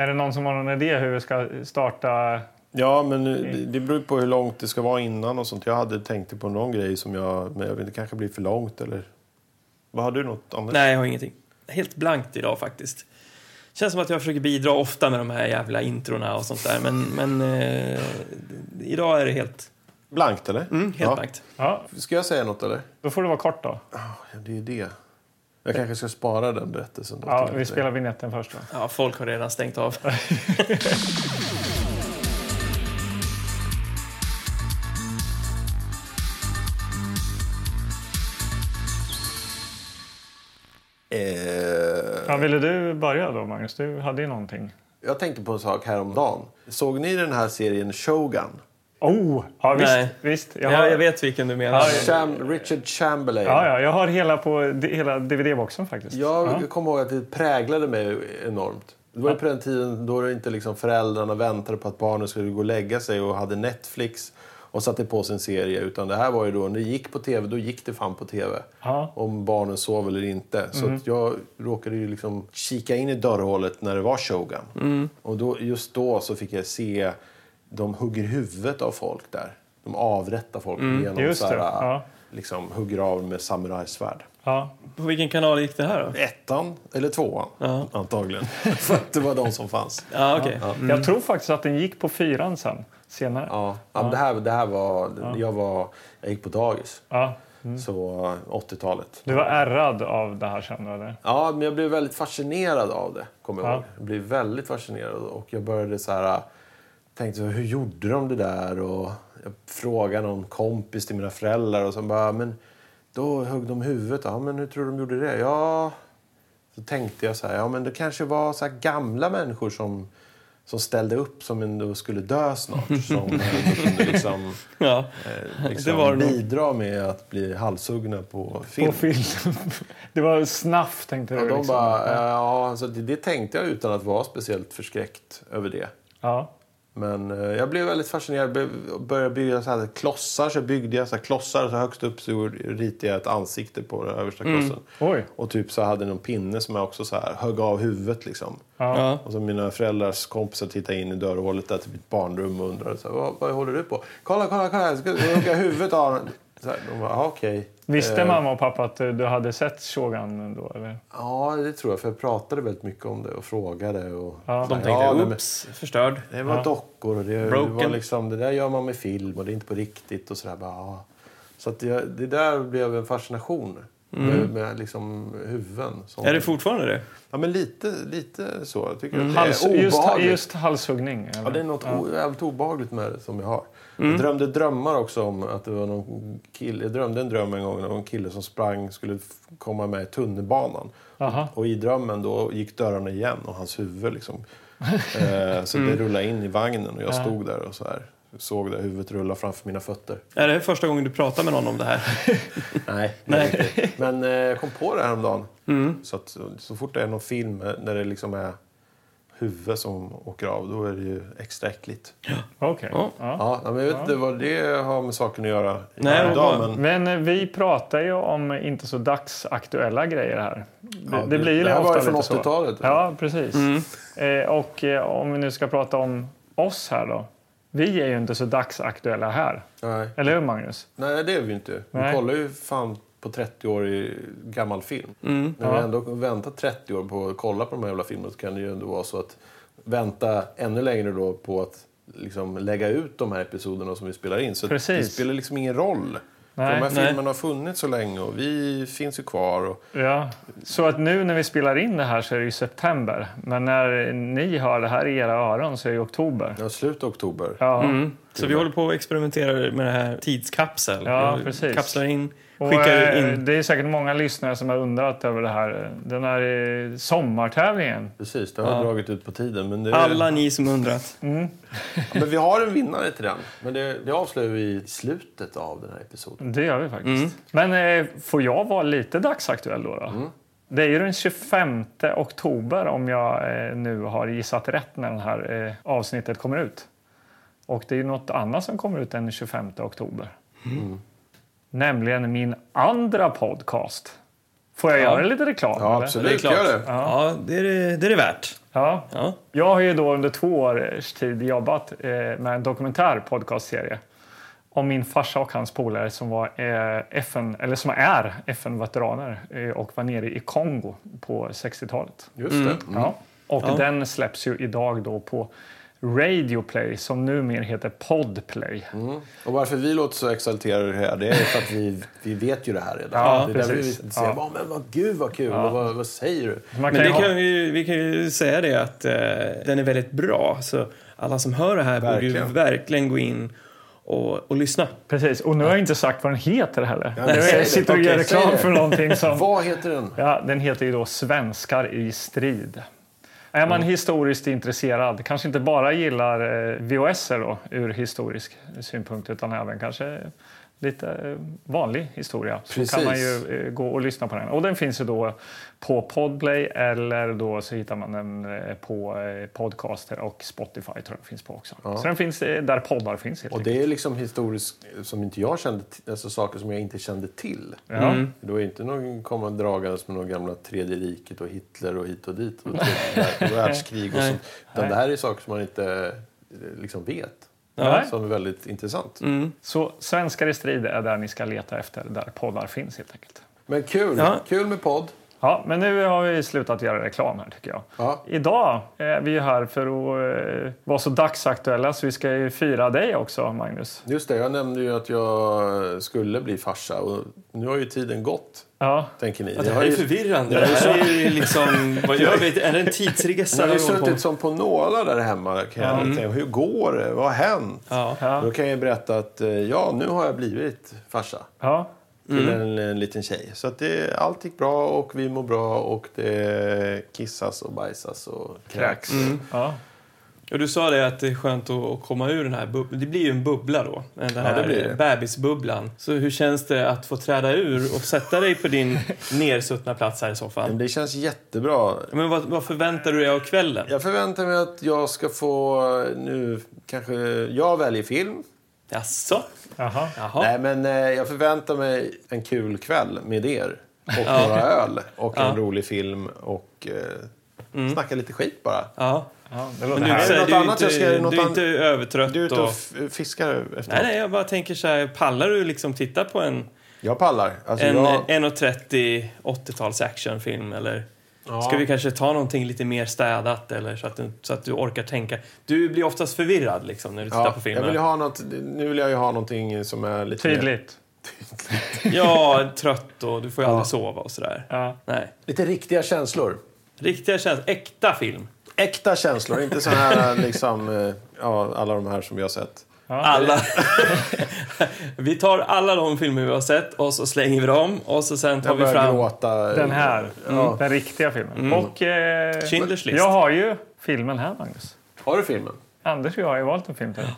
Är det någon som har någon idé hur vi ska starta? Ja, men det beror på hur långt det ska vara innan och sånt. Jag hade tänkt på någon grej men jag vet inte, det kanske blir för långt eller... Vad har du något annat? Nej, jag har ingenting. Helt blankt idag faktiskt. Känns som att jag försöker bidra ofta med de här jävla introna och sånt där. Men idag är det helt... Blankt, eller? Helt blankt. Ja. Ska jag säga något, eller? Då får det vara kort då. Ja, det är det. Jag kanske ska spara den berättelsen. Då Ja, vi spelar vignetten först då. Ja, folk har redan stängt av. Ja, ville du börja då, Magnus? Du hade ju någonting. Jag tänkte på en sak häromdagen. Såg ni den här serien Shogun? Oh, ja visst. Nej. Visst. Jag vet vilken du menar. Richard Chamberlain. Ja, jag har hela DVD-boxen faktiskt. Jag kommer ihåg att det präglade mig enormt. Det var ju på den tiden då det inte liksom föräldrarna väntade på att barnen skulle gå och lägga sig och hade Netflix och satte på sin serie. Utan det här var ju då, när det gick på tv, då gick det fan på tv. Om barnen sov eller inte. Så att jag råkade ju liksom kika in i dörrhålet när det var Shogun. Och då, just då så fick jag se, de hugger huvudet av folk där. De avrättar folk genom så här, liksom hugger av med samurajsvärd. Ja. På vilken kanal gick det här då? 1:an eller 2:an, antagligen. För att det var de som fanns. Ja, okej. Jag tror faktiskt att den gick på 4:an sen, senare. Ja. Det här var... Jag gick på dagis. Så 80-talet. Du var ärrad av det här, kände du det? Ja, men jag blev väldigt fascinerad av det, kommer jag ihåg. Jag blev väldigt fascinerad och jag började så här... Tänkte så, hur gjorde de det där? Och jag frågade någon kompis till mina föräldrar och så bara, men då högg de huvudet. Ja, men hur tror de gjorde det? Ja, så tänkte jag så här, ja men det kanske var så här gamla människor som ställde upp som ändå skulle dö snart. Som kunde liksom, det var bidra med att bli halshuggna på film. På film. Det var snaff, tänkte du. Ja, de liksom. bara, alltså det tänkte jag utan att vara speciellt förskräckt över det. Ja. Men jag blev väldigt fascinerad. Jag började bygga så här klossar. Så byggde jag så här klossar. Så högst upp så ritade jag ett ansikte på den översta klossen. Oj. Och typ så hade jag någon pinne som jag också så här högg av huvudet liksom. Ja. Och så mina föräldrars kompisar tittade in i dörrhålet där till mitt barnrum och undrade så här, vad håller du på? Kolla, jag ska hugga huvudet av den. Så här, de bara, okej. Visste mamma och pappa att du hade sett Shogun då, eller? Ja, det tror jag. För jag pratade väldigt mycket om det och frågade. Och, de tänkte, förstörd. Det var dockor och det var liksom, det där gör man med film och det är inte på riktigt och sådär. Så att det där blev en fascination med liksom huvuden. Är det fortfarande det? Ja, men lite så. Jag tycker att det är obehagligt. Just halshuggning. Ja, det är något jävligt obehagligt med det som jag har. Jag drömde drömmar också om att det var någon kille. Jag drömde en dröm en gång om en kille som skulle komma med i tunnelbanan. Och i drömmen då gick dörrarna igen och hans huvud liksom. Så det rullade in i vagnen och jag stod där och så här. Såg det huvudet rulla framför mina fötter. Är det första gången du pratar med någon om det här? Nej. Men jag kom på det här om dagen. Så fort det är någon film där det liksom är huvud som åker av, då är det ju extra äckligt. Okej. Ja, men jag vet inte vad det har med saken att göra idag. Men vi pratar ju om inte så dagsaktuella grejer här. Det blir ju det här ofta var ju från lite 80-talet. Så. Ja, precis. Och om vi nu ska prata om oss här då. Vi är ju inte så dagsaktuella här. Nej. Eller hur, Magnus? Nej, det är vi inte. Vi kollar ju fan på 30 år i gammal film. När vi ändå väntar 30 år på att kolla på de här jävla filmerna, så kan det ju ändå vara så att vänta ännu längre då på att liksom lägga ut de här episoderna som vi spelar in. Så det spelar liksom ingen roll. De här filmerna har funnits så länge och vi finns ju kvar. Och... Ja, så att nu när vi spelar in det här så är det ju september. Men när ni hör det här i era öron så är det oktober. Ja, slut oktober. Ja. Så vi håller på att experimentera med det här tidskapsel. Ja, precis. Kapslar in, skickar in. Det är säkert många lyssnare som har undrat över det här. Den här sommartävlingen. Precis, det har dragit ut på tiden. Men det... Alla ni som undrat. Men vi har en vinnare till den. Men det avslöjar vi i slutet av den här episoden. Det gör vi faktiskt. Men får jag vara lite dagsaktuell då? Det är ju den 25 oktober om jag nu har gissat rätt när det här avsnittet kommer ut. Och det är ju något annat som kommer ut den 25 oktober. Nämligen min andra podcast. Får jag göra lite reklam? Ja, eller? absolut. Det är klart. Gör det. Ja, det är det värt. Ja. Ja. Jag har ju då under 2 års tid jobbat med en dokumentär podcastserie om min farsa och hans polare som var som är FN-veteraner och var nere i Kongo på 60-talet. Just det. Ja. Och den släpps ju idag då på Radio Play som numera heter Podplay. Och varför vi låter så exalterade här, det är för att vi vet ju det här redan. Ja, det är där vi precis. säger, men gud vad kul, och vad säger du? Man Men kan vi kan ju säga det att den är väldigt bra. Så alla som hör det här borde ju verkligen gå in och lyssna. Precis, och nu har jag inte sagt vad den heter heller. Ja, Jag sitter och gör reklam för någonting som... Vad heter den? Ja, den heter ju då Svenskar i strid. Är man historiskt intresserad, kanske inte bara gillar VHS då, ur historisk synpunkt, utan även kanske lite vanlig historia, så kan man ju gå och lyssna på den. Och den finns ju då på Podplay, eller då så hittar man den på Podcaster och Spotify tror jag den finns på också. Så den finns där poddar finns. Och det är liksom historiskt som inte jag kände, alltså saker som jag inte kände till. Då är inte någon komma dragandes med några gamla tredje riket och Hitler och hit och dit och världskrig och sånt. Utan det här är saker som man inte liksom vet. Som är väldigt intressant. Så Svenskar i strid är där ni ska leta efter, där poddar finns helt enkelt. Men kul med podd. Ja, men nu har vi slutat göra reklam här tycker jag. Ja. Idag är vi här för att vara så dagsaktuella så vi ska ju fira dig också, Magnus. Just det, jag nämnde ju att jag skulle bli farsa och nu har ju tiden gått. Ja. Tänker ni. Ja, det här är förvirrande. Det här är ju liksom, vad gör vi? Är det en tidsresa? Jag har ju suttit som på nålar där hemma. Hur går det? Vad har hänt? Ja. Då kan jag berätta att nu har jag blivit farsa. Ja. Till en liten tjej. Så att allt gick bra och vi mår bra och det kissas och bajsas och kräks. Ja. Och du sa det att det är skönt att komma ur den här bubblan. Det blir ju en bubbla då. Den här bebisbubblan. Så hur känns det att få träda ur och sätta dig på din nersuttna plats här i soffan? Det känns jättebra. Men vad förväntar du dig av kvällen? Jag förväntar mig att jag ska få nu kanske jag väljer film. Jaså? Jaha. Nej, men jag förväntar mig en kul kväll med er. Och några öl. Och en rolig film. Och snacka lite skit bara. Ja. Det Men låter du, härligt. du är inte övertrött. Du är ute och fiskar efter. Nej, jag bara tänker så här. Pallar du liksom titta på en Jag pallar. Alltså en 1.30 80-tals actionfilm eller... Ja. Ska vi kanske ta någonting lite mer städat eller så att du orkar tänka. Du blir oftast förvirrad liksom när du tittar på filmen. Nu vill jag ju ha någonting som är lite Tydligt. Ja, trött och du får ju aldrig sova och sådär. Ja. Nej. lite riktiga känslor. Riktiga känslor, äkta film. Äkta känslor, inte så här liksom alla de här som vi har sett. Alla. Vi tar alla de filmer vi har sett och så slänger vi dem och så sen tar vi fram gråta. Den här, den riktiga filmen. Och Schindler's list. jag har ju filmen här, Magnus. Har du filmen? Anders och jag har ju valt en film till.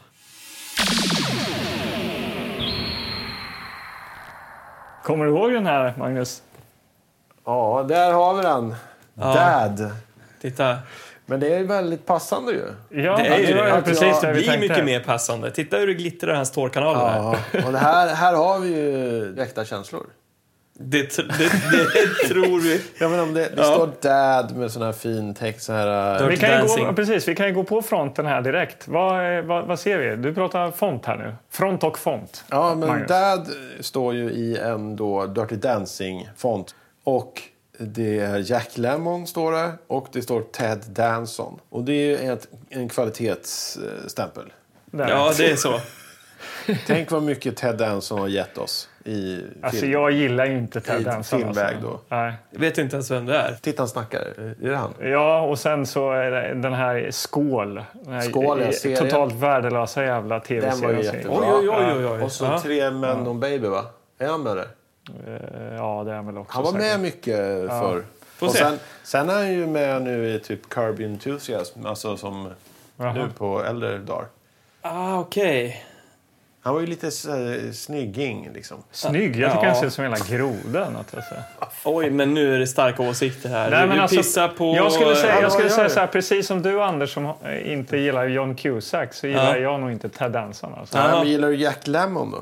Kommer du ihåg den här, Magnus? Ja, där har vi den. Dad. Titta. Men det är väldigt passande ju. Ja, Det är ju det. precis det vi Blir tänkte. mycket mer passande. Titta hur det glittrar i hans tårkanaler här. Ja, och det här har vi ju äkta känslor. Det tror vi. Ja, men om det står Dad med sån här fin text så här. Vi kan ju Dancing. vi kan ju gå på fronten här direkt. Vad ser vi? Du pratar font här nu. Front och font. Ja, men Magnus. Dad står ju i en då Dirty Dancing-font. Och det är Jack Lemmon står det. Och det står Ted Danson. Och det är ju en kvalitetsstämpel. Där. Ja, det är så. Tänk vad mycket Ted Danson har gett oss i Alltså film. jag gillar ju inte Ted I Danson. filmväg då. Nej. Jag vet inte ens vem det är. Titta, han snackar. Är det han? Ja, och sen så är det den här Skål. Den här Skål, ja, serien. totalt värdelösa jävla Den var ju tv-serien. jättebra. Oj. Och så Ja. 3 Men och Baby, va? Är han med det? Ja, det är väl också Han var säkert. med mycket förr. Får Och se. sen är han ju med nu i typ Curb Enthusiasm. Alltså som nu på äldre dagar. Okej. Han var ju lite snygging liksom. Snygg. Jag tycker han ser ut som hela grodan. Oj, men nu är det starka åsikter här. Nej, men du alltså, pissar på... Jag skulle säga gör så här, precis som du, Anders, som inte gillar John Cusack, så gillar jag nog inte Ted Danson. Alltså. Men gillar du Jack Lemmon då?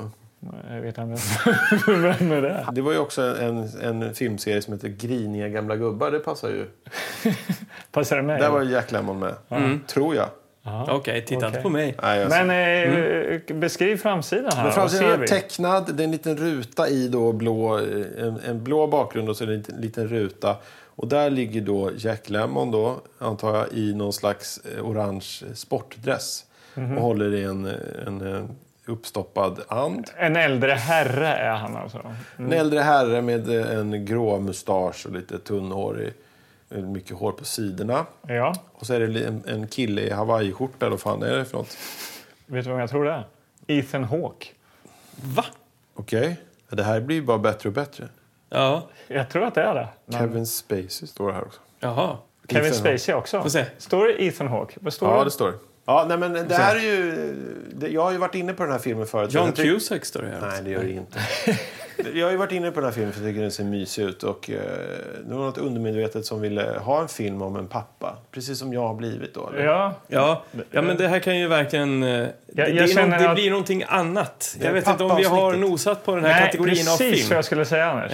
Jag vet inte vem är det. Det var ju också en filmserie som heter Griniga gamla gubbar. Det passar ju. Passar det med? Där var Jack Lemmon med. Tror jag. Okej, titta inte på mig. Nej, men beskriv framsidan här. Men framsidan är tecknad. Det är en liten ruta i då en blå bakgrund och så är det en liten ruta. Och där ligger då Jack Lemmon då, antar jag, i någon slags orange sportdress. Och håller i en uppstoppad and. En äldre herre är han alltså. En äldre herre med en grå mustasch och lite tunnhårig. Mycket hår på sidorna. Ja. Och så är det en kille i Hawaii-skjorta. Eller vad fan är det för något? Vet du vad jag tror det är? Ethan Hawke. Va? Okej. Det här blir bara bättre och bättre. Ja. Jag tror att det är det. Kevin Spacey står det här också. Jaha. Kevin Spacey också. Får se. Står det Ethan Hawke? Vad står det står det. Ja, nej, men det här är ju... Jag har ju varit inne på den här filmen förut. John Cusack står det här. Nej, det gör det inte. Jag har ju varit inne på den här filmen för jag tycker den ser mysig ut. Och det var något undermedvetet som ville ha en film om en pappa. Precis som jag har blivit då. Eller? Ja, men det här kan ju verkligen... det blir någonting annat. Jag vet inte om vi har nosat på den här kategorin av film. Precis vad jag skulle säga annars.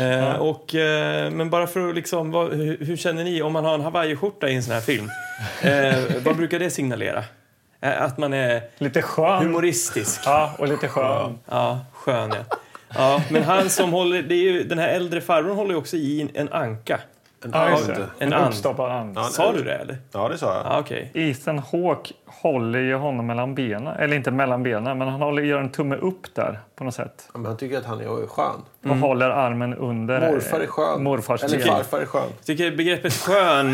Men bara för att liksom... Hur känner ni om man har en Hawaii-skjorta i en sån här film? Vad brukar det signalera? Att man är lite skön. Humoristisk. Ja, och lite skön. Ja, skön, ja. Ja, men han som håller... Det är ju, den här äldre farbrorn håller ju också i en anka. En uppstoppad and. Ja, sa du det, eller? Ja, det sa jag. Ja, okay. Ethan Hawke håller ju honom mellan benen. Eller inte mellan benen, men han gör en tumme upp där på något sätt. Ja, men han tycker att han är skön. Och håller armen under... Morfar är skön. Morfars eller farfar är skön. Jag tycker begreppet skön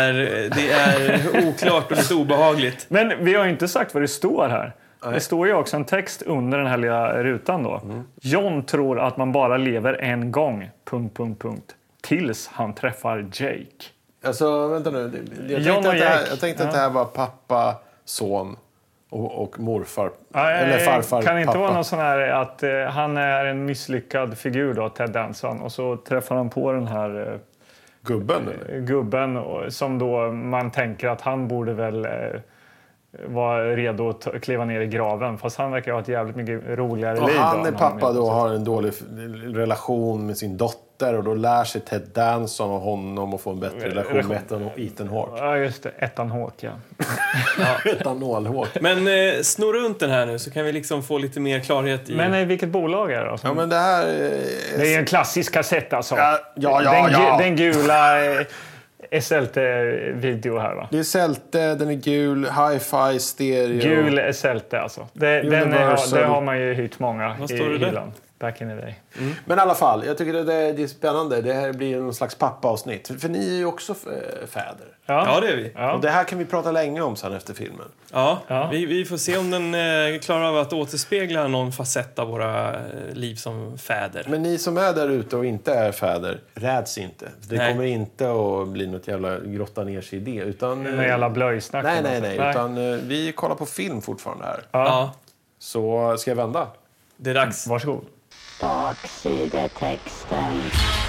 är oklart och lite obehagligt. Men vi har ju inte sagt vad det står här. Nej. Det står ju också en text under den här lilla rutan då. John tror att man bara lever en gång... ... tills han träffar Jake. Alltså, vänta nu. Jag tänkte att det här var pappa, son och morfar. Eller farfar, kan inte pappa. vara någon sån här att han är en misslyckad figur då, Ted Danson. Och så träffar han på den här... gubben som då man tänker att han borde väl... var redo att kliva ner i graven. Fast han verkar ha ett jävligt mycket roligare liv. Och han är pappa då har en dålig relation med sin dotter. Och då lär sig Ted Danson och honom att få en bättre relation med Ethan Hawke. Ja, just det. Ethan Hawke, Etanol Hawke. Men snurra runt den här nu så kan vi liksom få lite mer klarhet i... Men vilket bolag är det då? Ja, men det här... Det är en klassisk kassett alltså. Ja. Den gula... Esselte-video här, va? Det är Selte, den är gul, hi-fi, stereo. Gul Esselte alltså. Det har man ju hyrt många i hyllan. Back in the day. Men i alla fall, jag tycker det är spännande. Det här blir någon slags pappa-avsnitt. För ni är ju också fäder. Ja, det är vi. Ja. Och det här kan vi prata länge om sen efter filmen. Ja. Vi får se om den klarar av att återspegla någon facett av våra liv som fäder. Men ni som är där ute och inte är fäder, räds inte. Det kommer inte att bli något jävla grotta ner sig i det. Utan, någon jävla blöjsnack. Nej. Utan vi kollar på film fortfarande här. Ja. Så ska jag vända? Det är dags. Varsågod. Baksidetexten.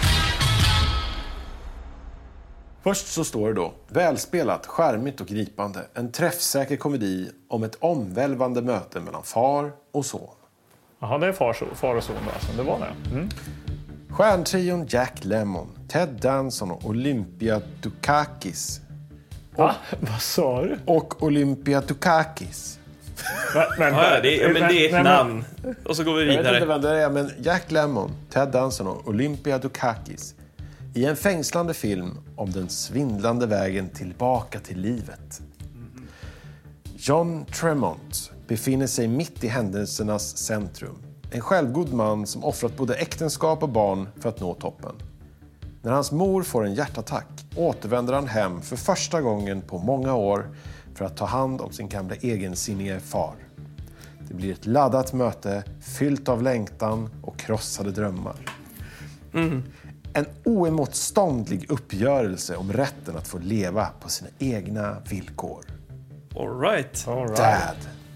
Först så står det då: välspelat, charmigt och gripande. En träffsäker komedi om ett omvälvande möte mellan far och son. Jaha, det är far och son alltså. Det var det. Stjärntrion Jack Lemmon, Ted Danson och Olympia Dukakis. Vad sa du? Och Olympia Dukakis. Men det är ett namn. Och så går vi vidare. Jag vet inte vem det är, men Jack Lemmon, Ted Danson och Olympia Dukakis i en fängslande film om den svindlande vägen tillbaka till livet. John Tremont befinner sig mitt i händelsernas centrum. En självgod man som offrat både äktenskap och barn för att nå toppen. När hans mor får en hjärtattack återvänder han hem för första gången på många år för att ta hand om sin gamla egensinnige far. Det blir ett laddat möte fyllt av längtan och krossade drömmar. En oemotståndlig uppgörelse om rätten att få leva på sina egna villkor. All right. Dad.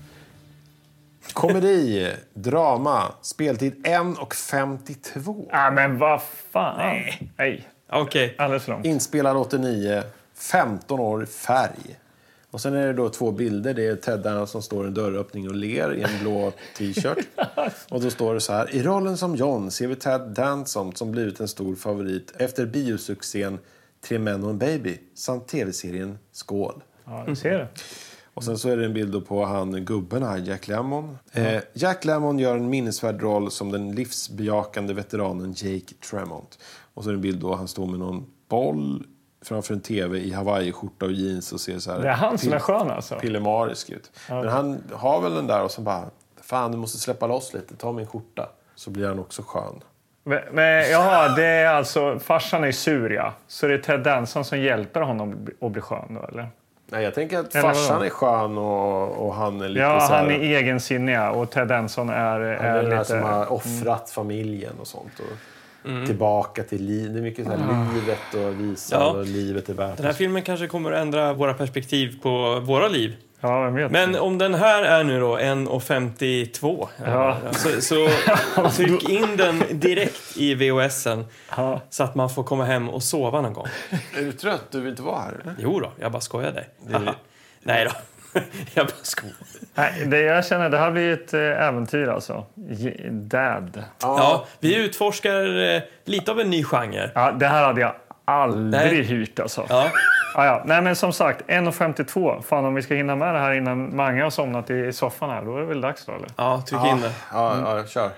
Komedi, drama, speltid 1:52. Men vad fan. Nej. Okej. Alldeles långt. Inspelad 89, 15 år i färg. Och sen är det då 2 bilder. Det är Ted Danson som står i en dörröppning och ler i en blå t-shirt. Och då står det så här: i rollen som John ser vi Ted Danson som blivit en stor favorit efter biosuccén 3 män och en baby samt tv-serien Skål. Ja, du ser det. Och sen så är det en bild på han gubben här, Jack Lemmon. Jack Lemmon gör en minnesvärd roll som den livsbejakande veteranen Jake Tremont. Och så är det en bild då han står med någon boll framför en tv i Hawaii-skjorta och jeans och ser så här... Det är han som är skön alltså. Pillemarisk ut. Ja. Men han har väl den där och så bara, fan du måste släppa loss lite, ta min skjorta. Så blir han också skön. Men jaha, det är alltså, farsan är sur, ja. Så det är Ted Danson som hjälper honom att bli skön då, eller? Nej, jag tänker att farsan är skön och han är lite ja, så här... han är egensinnig och Ted Danson är lite... lite... som har offrat familjen och sånt och... Tillbaka till livet. Det är mycket så här livet och visa och livet är värt. Den här filmen kanske kommer att ändra våra perspektiv på våra liv. Ja, jag vet. Men om den här är nu då 1,52 så tryck in den direkt i VHSen så att man får komma hem och sova någon gång. Är du trött? Du vill inte vara här? Eller? Jo då, jag bara skojar dig. Nej då. Jag bara skojar. Nej, jag känner det här blir ett äventyr alltså. Dad. Ja, vi utforskar lite av en ny genre. Ja, det här hade jag aldrig hyrt alltså. Ja. Nej, men som sagt, 1,52. Fan, om vi ska hinna med det här innan många har somnat i soffan här, då är det väl dags då, eller? Ja, tryck in det. Ja, kör.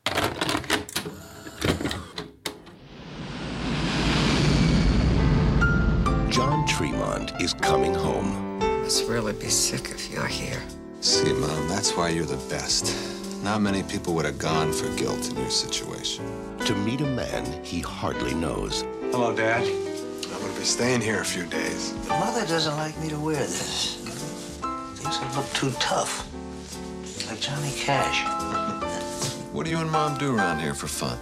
John Tremont is coming home. Must really be sick if you're here. See, Mom, that's why you're the best. Not many people would have gone for guilt in your situation. To meet a man he hardly knows. Hello, Dad. I'm going to be staying here a few days. Mother doesn't like me to wear this. Thinks I look too tough. Like Johnny Cash. What do you and Mom do around here for fun?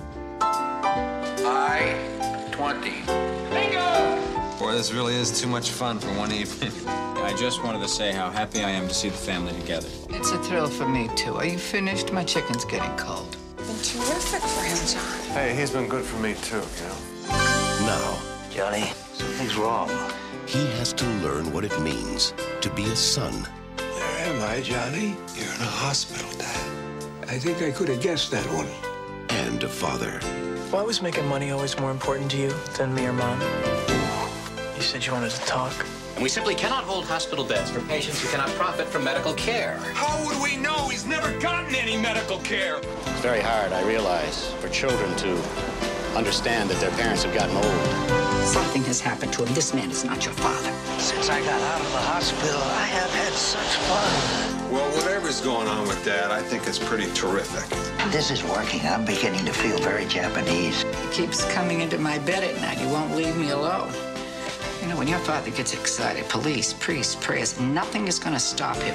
I-20. Bingo! Boy, this really is too much fun for one evening. I just wanted to say how happy I am to see the family together. It's a thrill for me, too. Are you finished? My chicken's getting cold. Been terrific for him, John. Hey, he's been good for me, too, you know. Now, Johnny, something's wrong. he has to learn what it means to be a son. Where am I, Johnny? You're in a hospital, Dad. I think I could have guessed that one. And a father. Why was making money always more important to you than me or Mom? You said you wanted to talk. And we simply cannot hold hospital beds for patients who cannot profit from medical care. How would we know? He's never gotten any medical care. It's very hard, I realize, for children to understand that their parents have gotten old. Something has happened to him. This man is not your father. Since I got out of the hospital, I have had such fun. Well, whatever's going on with Dad, I think it's pretty terrific. This is working. I'm beginning to feel very Japanese. He keeps coming into my bed at night. He won't leave me alone. You know, when your father gets excited, police, priests, prayers, nothing is going to stop him.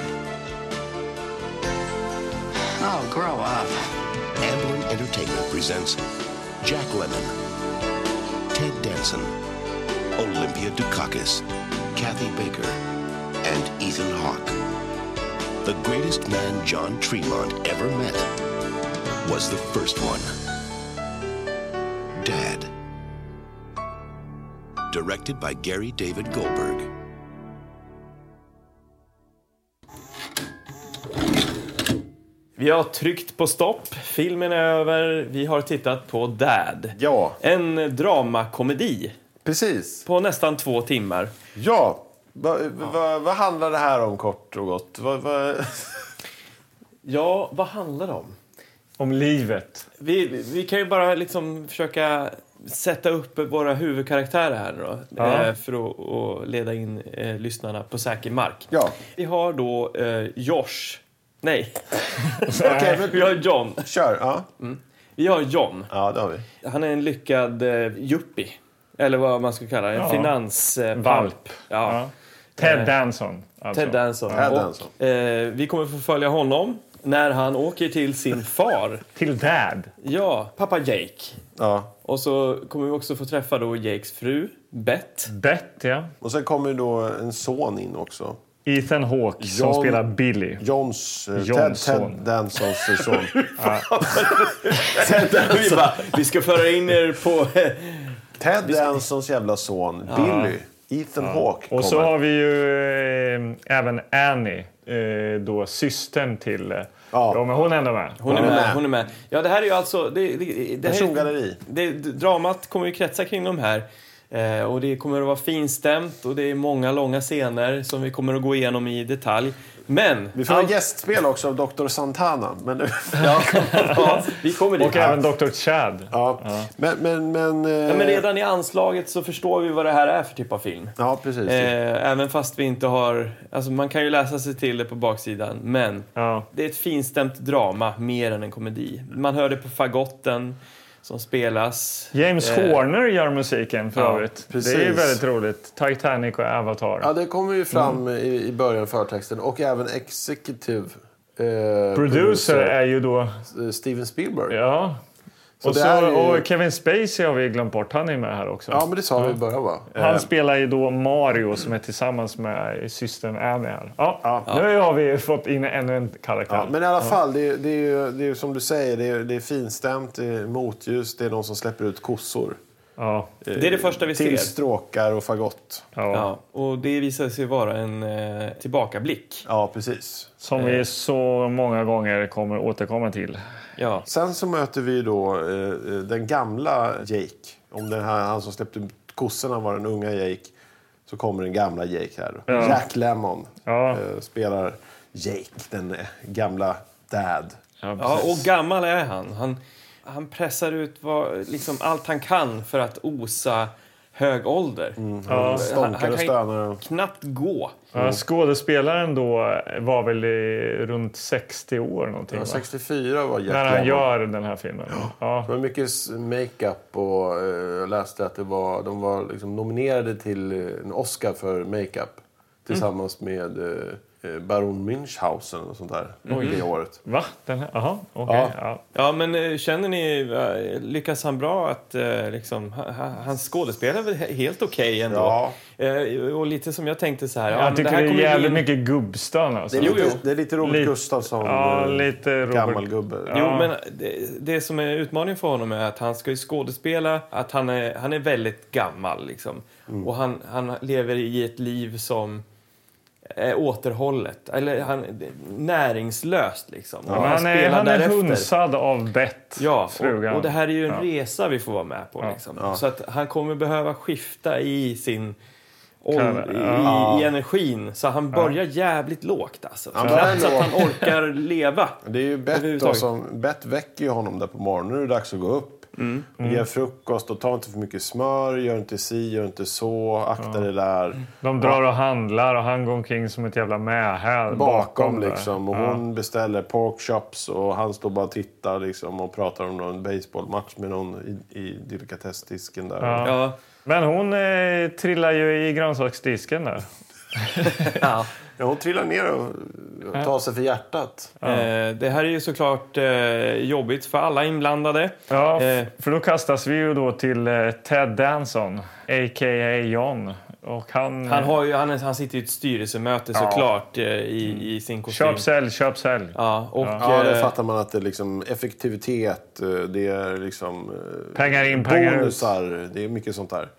Oh, grow up. Amblin Entertainment presents Jack Lemmon, Ted Danson, Olympia Dukakis, Kathy Baker, and Ethan Hawke. The greatest man John Tremont ever met was the first one. Dad. Directed by Gary David Goldberg. Vi har tryckt på stopp. Filmen är över. Vi har tittat på Dad. Ja. En dramakomedi. Precis. På nästan 2 timmar. Ja. Vad handlar det här om kort och gott? Ja, vad handlar det om? Om livet. Vi kan ju bara liksom försöka sätta upp våra huvudkaraktärer här då. För att leda in lyssnarna på säker mark. Ja. Vi har då Josh. Nej. Okej, men vi har John. Kör, ja. Vi har John. Ja, det har vi. Han är en lyckad yuppie. Eller vad man ska kalla det. En finansvalp. Ja. Ted Danson. Alltså. Ted Danson. Vi kommer få följa honom när han åker till sin far. Till Dad. Ja, pappa Jake. Ja. Och så kommer vi också få träffa då Jakes fru, Beth. Ja. Och sen kommer då en son in också. Ethan Hawke som spelar Billy. Ted Dansons son. Vi ska föra in er på... Ted Dansons jävla son, Billy. Ethan Hawke kommer. Och så har vi ju även Annie, då systern till... Ja, men hon är ändå med. Hon är med. Ja, det här är ju alltså... Persongalleri. Dramat kommer ju kretsa kring de här. Och det kommer att vara finstämt och det är många långa scener som vi kommer att gå igenom i detalj. Men vi får en gästspel också av Dr. Santana. Men vi kommer dit. Och även Dr. Chad. Ja. Men redan i anslaget så förstår vi vad det här är för typ av film. Ja, precis. Även fast vi inte har... Alltså man kan ju läsa sig till det på baksidan. Men det är ett finstämt drama mer än en komedi. Man hör det på fagotten som spelas. James Horner gör musiken för övrigt. Det är ju väldigt roligt. Titanic och Avatar. Ja, det kommer ju fram i början förtexten. Och även executive producer är ju då Steven Spielberg. Ja. Så och Kevin Spacey har vi glömt bort. Han är med här också. Ja, men det sa vi i början, va? Han spelar ju då Mario som är tillsammans med systern Annie här. Nu har vi fått in ännu en karaktär. Ja, men i alla fall, det är ju som du säger, det är finstämt, det är motljus, det är någon som släpper ut kossor. Ja. Det är det första vi ser. Till stråkar och fagott. Ja. Och det visar sig vara en tillbakablick. Ja, precis. Som vi så många gånger kommer återkomma till. Ja. Sen så möter vi då den gamla Jake. Om den här, han som släppte ut kossorna var den unga Jake, så kommer den gamla Jake här. Ja. Jack Lemmon spelar Jake, den gamla dad. Ja, och gammal är han. Han pressar ut liksom allt han kan för att osa hög ålder. Han kan knappt gå. Skådespelaren då var väl runt 60 år någonting. Ja, 64 var Jack när han gör den här filmen. Det var mycket makeup och jag läste att de var liksom nominerade till en Oscar för makeup tillsammans med Baron Münchhausen och sånt där det året. Va? Jaha, okej. Ja, men känner ni, lyckas han bra att liksom, han skådespelar väl helt okej ändå? Ja. Och lite som jag tänkte så här. Jag tycker det är jävligt mycket gubbstön. Alltså. Det är lite Robert Gustafsson, lite gammal gubbe. Jo, men det som är utmaningen för honom är att han ska ju skådespela, att han är väldigt gammal liksom. Och han lever i ett liv som är återhållet eller näringslöst liksom. Ja, han är hunsad av Bett. Ja, och det här är ju en resa vi får vara med på liksom. Så att han kommer behöva skifta i sin i energin, så han börjar jävligt lågt alltså. Så att han orkar leva. Det är ju Bett väcker ju honom där på morgonen. Nu är det dags att gå upp. Ge frukost och ta inte för mycket smör, gör inte si, gör inte så, akta det där. De drar och handlar och han går omkring som ett jävla mähäl bakom liksom. Och hon beställer pork chops och han står bara och tittar liksom och pratar om någon baseballmatch med någon i delikatessdisken där. Ja. Men hon trillar ju i grönsaksdisken där. Ja, hon trillar ner och tar sig för hjärtat. Det här är ju såklart jobbigt för alla inblandade. Ja, för då kastas vi ju då till Ted Danson, a.k.a. John. Och han sitter i ett styrelsemöte såklart i sin kostym. Köp sälj. Ja, och det fattar man att det är liksom effektivitet, det är liksom pengar in, pengar bonusar, det är mycket sånt där.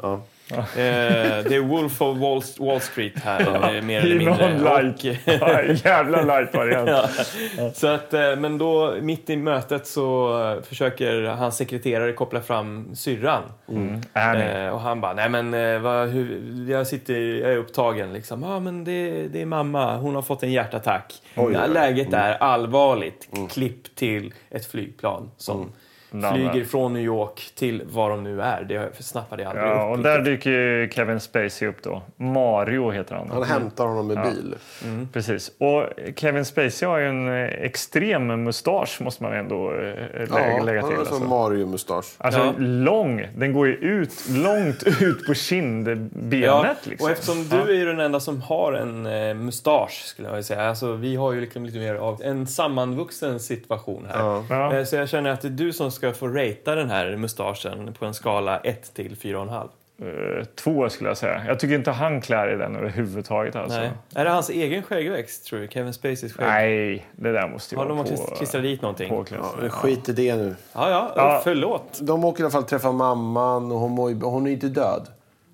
Det är Wolf of Wall Street här, mer eller mindre. Jävla light-variant. Så att, men då mitt i mötet så försöker hans sekreterare koppla fram syrran. Och han bara, nej men jag är upptagen liksom. Ja, men det är mamma, hon har fått en hjärtattack. Läget är allvarligt. Klipp till ett flygplan som flyger från New York till var de nu är. Det snappade jag aldrig upp. Och där dyker ju Kevin Spacey upp då. Mario heter han. Han hämtar honom med bil. Precis. Och Kevin Spacey har ju en extrem mustasch, måste man ändå lägga till. Alltså Mario-mustasch. Alltså lång. Den går ju långt ut på kindbenet. Liksom. Och eftersom du är ju den enda som har en mustasch, skulle jag säga. Alltså, vi har ju liksom lite mer av en sammanvuxen situation här. Så jag känner att det är du som ska få ratea den här mustaschen på en skala 1 till 4,5. 2 skulle jag säga. Jag tycker inte han klär i den överhuvudtaget. Alltså. Nej. Är det hans egen skäggväxt, tror du? Kevin Spaceys skägg? Nej, det där måste ju vara på. Har de klistrat dit någonting? Skit i det nu. Ja, förlåt. De åker i alla fall träffa mamman och hon är inte död.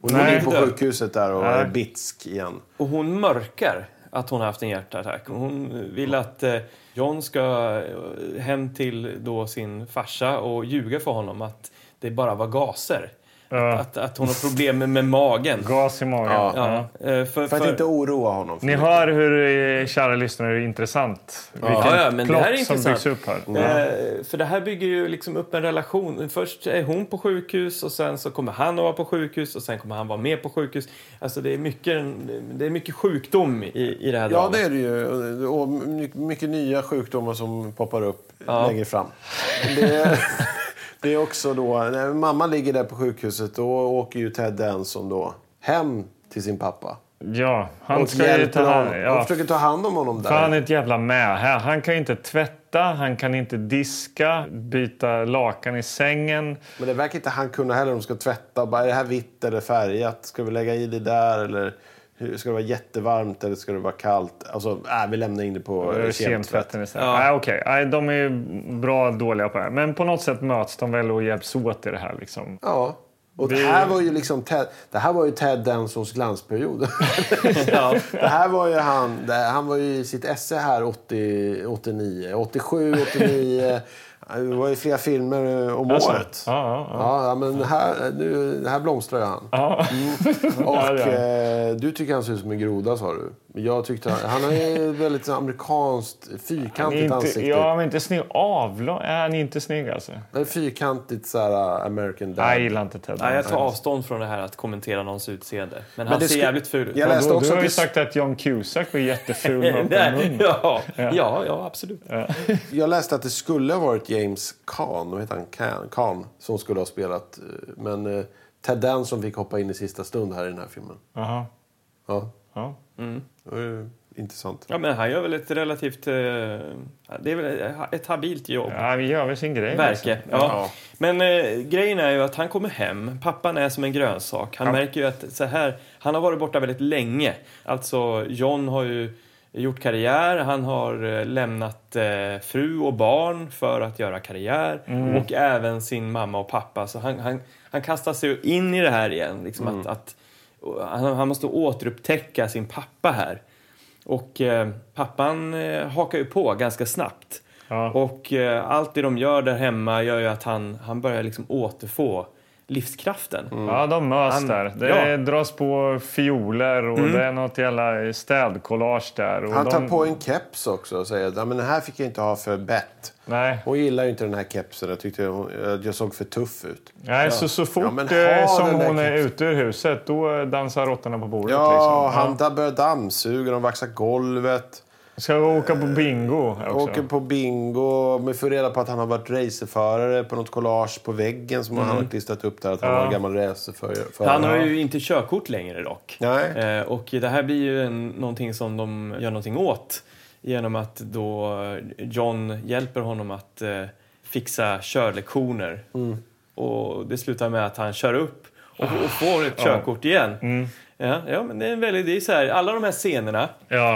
Hon ligger på sjukhuset där och är bitsk igen. Och hon mörkar att hon har haft en hjärtattack. Hon vill att John ska hem till då sin farsa och ljuga för honom att det bara var gaser. Att hon har problem med magen. Gas i magen. För att inte oroa honom. Ni hör hur, kära lyssnare, är intressant. Vilken men plott det här är som intressant. byggs upp här. För det här bygger ju liksom upp en relation. Först är hon på sjukhus och sen så kommer han att vara på sjukhus och sen kommer han vara med på sjukhus. Alltså det är mycket sjukdom i det här dramat. Ja, det är det ju. Och mycket nya sjukdomar som poppar upp längre fram. Det är också då, när mamma ligger där på sjukhuset, då åker ju Ted Danson då hem till sin pappa. Ja, han ska ju han försöker ta hand om honom där. För han är ett jävla med här. Han kan inte tvätta, han kan inte diska, byta lakan i sängen. Men det verkar inte han kunna heller. De ska tvätta, bara är det här vitt eller färgat? Ska vi lägga i det där eller... Ska det vara jättevarmt eller ska det vara kallt? Alltså, vi lämnar in det på kemtvätten istället. Okej. De är ju bra dåliga på det här. Men på något sätt möts de väl och hjälps åt i det här liksom. Ja. Och det här var ju liksom det här var ju Ted Dansons glansperiod. Det här var ju han var ju i sitt esse här 89, 87, 89. Det var ju flera filmer om året. Ja, men det här blomstrar ju han. Och du tycker han ser ut som en groda, sa du. Jag tyckte han är väldigt amerikanskt fyrkantigt ansikte. Ja, men inte snygg han är inte snygg alltså. Det är fyrkantigt så här American Dad. Jag gillar inte Ted. Jag tar avstånd från det här att kommentera någons utseende. Men han ser jävligt ful ut. Du har ju sagt att John Cusack var jätteful med mun. Ja, absolut. Jag läste att det skulle ha varit James Caan, vad heter han? Caan, som skulle ha spelat. Men Ted Danson fick hoppa in i sista stund här i den här filmen. Aha. Ja. Det är intressant. Ja, men han gör väl ett relativt... det är väl ett habilt jobb. Ja, vi gör väl sin grej. Verkar. Ja. Men grejen är ju att han kommer hem. Pappan är som en grönsak. Han märker ju att så här, han har varit borta väldigt länge. Alltså, John har ju gjort karriär. Han har lämnat fru och barn för att göra karriär. Och även sin mamma och pappa. Så han kastar sig in i det här igen. Liksom att han måste återupptäcka sin pappa här. Och pappan hakar ju på ganska snabbt. Och allt det de gör där hemma gör ju att han börjar liksom återfå livskraften. Ja, de möts där. Det dras på fioler och det är något jävla städkollage där. Och han tar på en keps också och säger att men den här fick jag inte ha för bett. Nej. Hon gillar ju inte den här kepsen. Jag tyckte jag såg för tuff ut. Nej, så fort som hon är ute ur huset, då dansar råttorna på bordet. Ja, han börjar dammsuga, de vaxar golvet. Ska vi åka på bingo också? Åker på bingo. Men får reda på att han har varit racerförare på något collage på väggen som han har klistrat upp där. Att han var en gammal racerförare. Han har ju inte körkort längre dock. Nej. Och det här blir ju någonting som de gör någonting åt. Genom att då John hjälper honom att fixa körlektioner. Och det slutar med att han kör upp och får ett körkort igen. Ja, men det är så här, alla de här scenerna.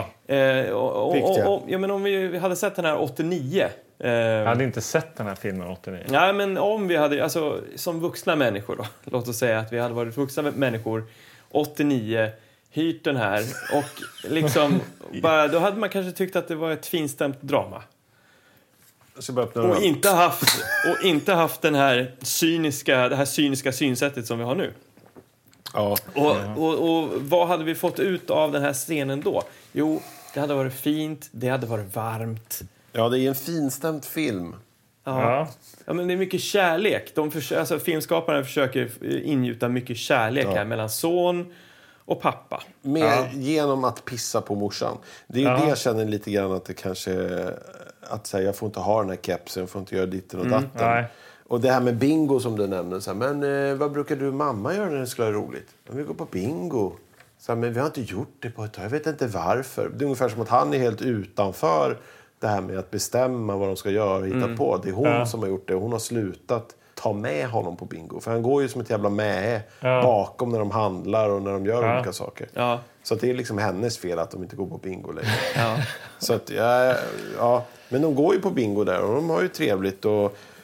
Men om vi hade sett den här 89. Jag hade inte sett den här filmen 89. Nej, men om vi hade, alltså som vuxna människor då. Låt oss säga att vi hade varit vuxna människor 89, hyrt den här och liksom bara, då hade man kanske tyckt att det var ett finstämt drama. Och inte haft det här cyniska synsättet som vi har nu. Ja. Och vad hade vi fått ut av den här scenen då? Jo, det hade varit fint, det hade varit varmt. Ja, det är en finstämt film. Ja, men det är mycket kärlek. Filmskaparna försöker ingjuta mycket kärlek här mellan son och pappa. Genom att pissa på morsan. Det är ju det jag känner lite grann att det kanske... Att säga, jag får inte ha den här kepsen, jag får inte göra ditten och datten. Nej. Och det här med bingo som du nämnde. Så här, men vad brukar du och mamma göra när det skulle vara roligt? Vi går på bingo. Så här, men vi har inte gjort det på ett tag. Jag vet inte varför. Det är ungefär som att han är helt utanför det här med att bestämma vad de ska göra och hitta på. Det är hon som har gjort det. Hon har slutat ta med honom på bingo. För han går ju som ett jävla bakom när de handlar och när de gör olika saker. Ja. Så att det är liksom hennes fel att de inte går på bingo längre. Så att, men de går ju på bingo där och de har ju trevligt. Och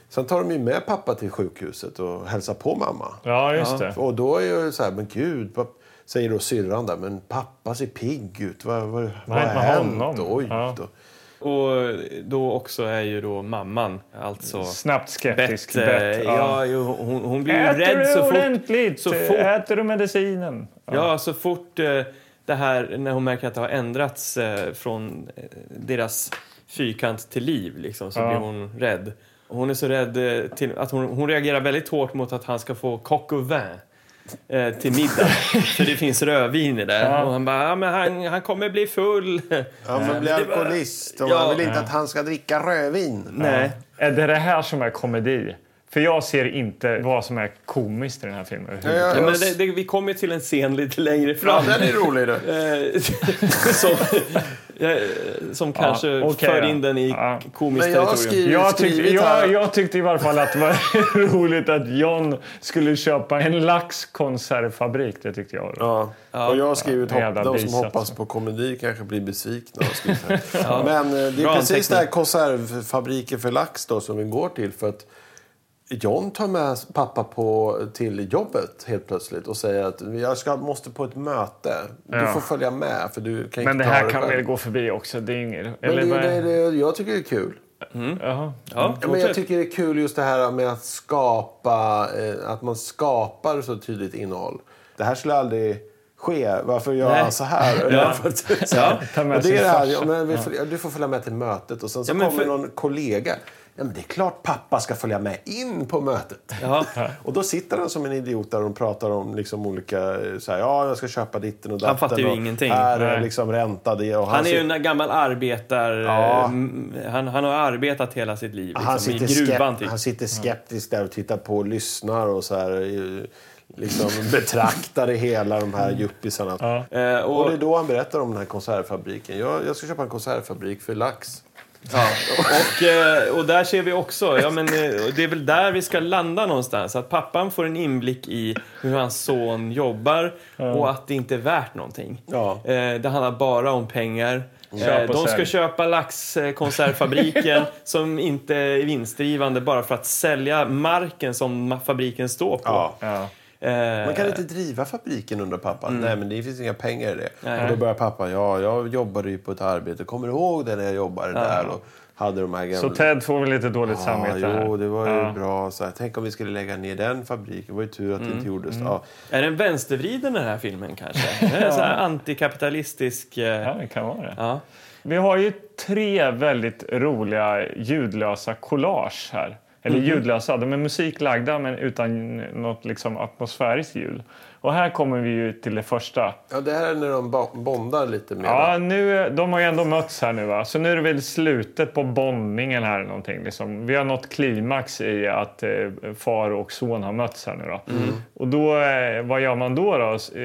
Sen tar de ju med pappa till sjukhuset och hälsar på mamma. Ja, just det. Och då är ju så här, men gud, säger då syrran där, men pappa ser pigg ut. Vad har hänt? Oj då. Och då också är ju då mamman alltså snabbt skeptisk. Hon blir ju rädd så fort. Äter du medicinen? Ja, så fort det här, när hon märker att det har ändrats från deras fyrkant till liv liksom, så blir hon rädd. Och hon är så rädd till att hon reagerar väldigt hårt mot att han ska få coq au vin till middag. För det finns rövin i det. Och han bara, men han kommer bli full. Han får bli alkoholist. Och man vill inte att han ska dricka rödvin. Nej. Är det här som är komedi? För jag ser inte vad som är komiskt i den här filmen. Men vi kommer till en scen lite längre fram. Ja, den är rolig då. som kanske för in den i komiskt territorium. Jag tyckte i varje fall att det var roligt att John skulle köpa en laxkonservfabrik. Det tyckte jag. Och jag har skrivit de som hoppas på komedi kanske blir besvikna. Men det är precis den här konservfabriken för lax då som vi går till, för att John tar med pappa till jobbet helt plötsligt och säger att jag måste på ett möte. Du får följa med, för du kan inte. Men det här kan väl gå förbi också. Det är inget. Jag tycker det är kul. Men jag tycker det är kul just det här med att skapa, att man skapar så tydligt innehåll. Det här skulle aldrig ske. Varför gör jag så här? Och det är det här. Du får följa med till mötet och sen så kommer någon kollega. Ja, men det är klart pappa ska följa med in på mötet. Och då sitter han som en idiot där och pratar om liksom olika så här, jag ska köpa ditten och datten. Han fattar ju ingenting. Här är liksom ränta det. Och han är ju en gammal arbetare. Han har arbetat hela sitt liv liksom, i gruvan. Han sitter skeptisk där och tittar på och lyssnar och så här liksom betraktar det hela, de här juppisarna. Och det är då han berättar om den här konservfabriken. Jag ska köpa en konservfabrik för lax. Och där ser vi också, det är väl där vi ska landa någonstans, att pappan får en inblick i hur hans son jobbar och att det inte är värt någonting. Det handlar bara om pengar. De ska köpa laxkonservfabriken som inte är vinstdrivande bara för att sälja marken som fabriken står på. Man kan inte driva fabriken under pappa. Nej, men det finns inga pengar i det. Och då börjar pappa, jag jobbade ju på ett arbete. Kommer du ihåg det när jag jobbade där och hade de här gamla... Så Ted får väl lite dåligt samvete här. Jo, det var ju bra. Så här, tänk om vi skulle lägga ner den fabriken. Det var ju tur att det inte gjordes. Är den vänstervriden den här filmen kanske? Det är så här antikapitalistisk... Ja, det kan vara det. Vi har ju 3 väldigt roliga ljudlösa collage här. Eller ljudlösa, de är musiklagda men utan något liksom atmosfäriskt ljud. Och här kommer vi ju till det första. Ja, det här är när de bondar lite mer. Ja, de har ju ändå mötts här nu va. Så nu är det väl slutet på bondningen här eller någonting. Liksom. Vi har nått klimax i att far och son har mötts här nu då. Och då, vad gör man då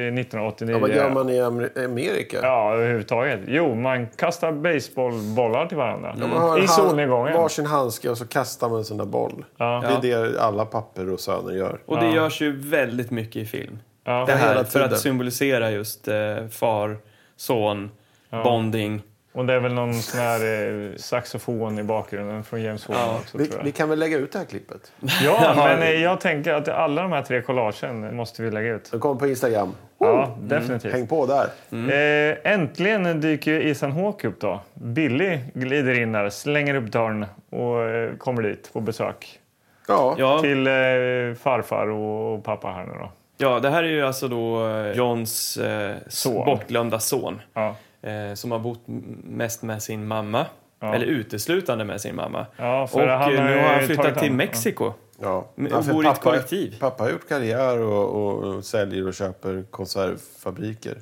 1989? Vad gör man i Amerika? Ja, överhuvudtaget. Jo, man kastar baseballbollar till varandra. I solnedgången. Varsin handske och så kastar man en sån där boll. Det är det alla papper och söner gör. Och det görs ju väldigt mycket i film. Det här för att symbolisera just far, son, bonding. Och det är väl någon sån här saxofon i bakgrunden från James Horner också, tror jag. Vi kan väl lägga ut det här klippet? Ja, men jag tänker att alla de här 3 collagen måste vi lägga ut. De kommer på Instagram. Ja, definitivt. Häng på där. Äntligen dyker Ethan Hawke upp då. Billy glider in där, slänger upp dörren och kommer dit på besök. Till farfar och pappa här nu då. Ja, det här är ju alltså då Johns bortglömda son. Som har bott mest med sin mamma. Eller uteslutande med sin mamma. Och nu har han flyttat till Mexiko. Och bor i ett kollektiv. Pappa har gjort karriär och säljer och köper konservfabriker.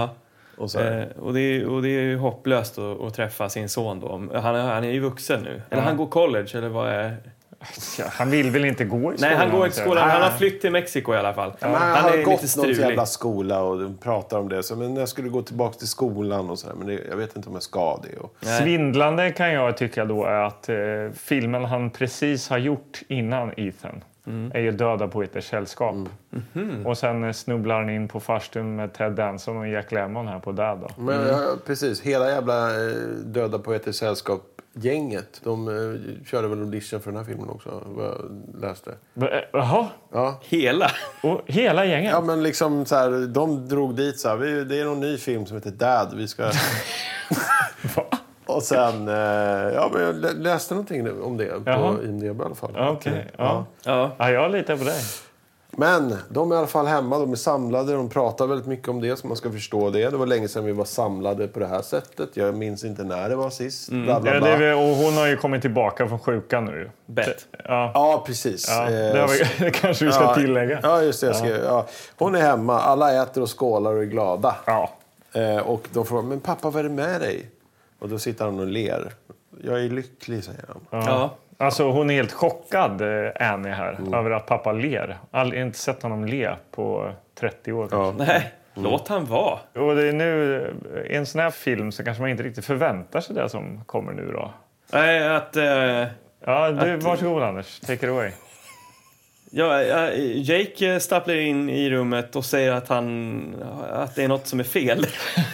Och det är ju hopplöst att träffa sin son då. Han är ju vuxen nu. Eller han går college, eller vad är... Han vill väl inte gå i skolan? Nej, han går inte i skolan. Han har flytt till Mexiko i alla fall. Han har gått någon jävla skola och pratar om det. Så, men jag skulle gå tillbaka till skolan och sådär. Men jag vet inte om jag ska det. Svindlande kan jag tycka då är att filmen han precis har gjort innan Ethan. är ju Döda poeters sällskap. Och sen snubblar han in på farstun med Ted Danson och Jack Lemmon här på Dad då. Men, precis, hela jävla Döda poeters sällskap-gänget. De körde väl audition för den här filmen också, vad jag läste. Jaha? Ja. Hela? Och hela gänget? Ja, men liksom så här, de drog dit så här, det är någon ny film som heter Dad, vi ska... Och sen, ja, men jag läste någonting om det på IMDb i alla fall. Okej, ja, jag litar på dig. Men de är i alla fall hemma, de är samlade, de pratar väldigt mycket om det så man ska förstå det. Det var länge sedan vi var samlade på det här sättet. Jag minns inte när det var sist. Bla, bla, bla. Ja, och hon har ju kommit tillbaka från sjukan nu. Bett. Ja, precis. Ja, det kanske vi ska tillägga. Ja, just det. Hon är hemma, alla äter och skålar och är glada. Ja. Och de frågar, men pappa, vad är det med dig? Och då sitter han och ler. Jag är lycklig, säger han. Ja. Alltså hon är helt chockad, Annie här, över att pappa ler. Aldrig inte sett honom le på 30 år. Ja. Nej, låt han vara. Och det är nu i en sån här film så kanske man inte riktigt förväntar sig det som kommer nu då. Nej, att... Varsågod Anders, take it away. Ja, Jake stapplar in i rummet och säger att det är något som är fel.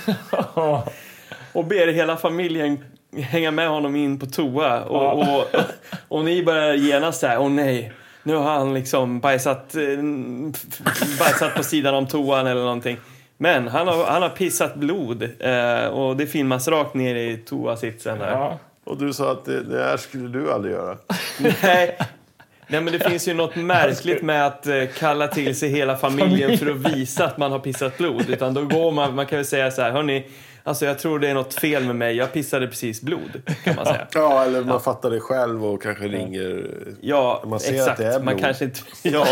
Och ber hela familjen hänga med honom in på toa. Och ni börjar genast där. Nej, nu har han liksom bajsat på sidan om toan eller någonting. Men han har pissat blod. Och det filmas rakt ner i toasitsen där. Ja. Och du sa att det här skulle du aldrig göra. Nej, men det finns ju något märkligt med att kalla till sig hela familjen för att visa att man har pissat blod. Utan då går man kan väl säga så här, hörni, alltså jag tror det är något fel med mig. Jag pissade precis blod, kan man säga. Ja, eller man fattar det själv och kanske ringer. Ja, man ser exakt. Att det är blod. Man kanske inte... Ja.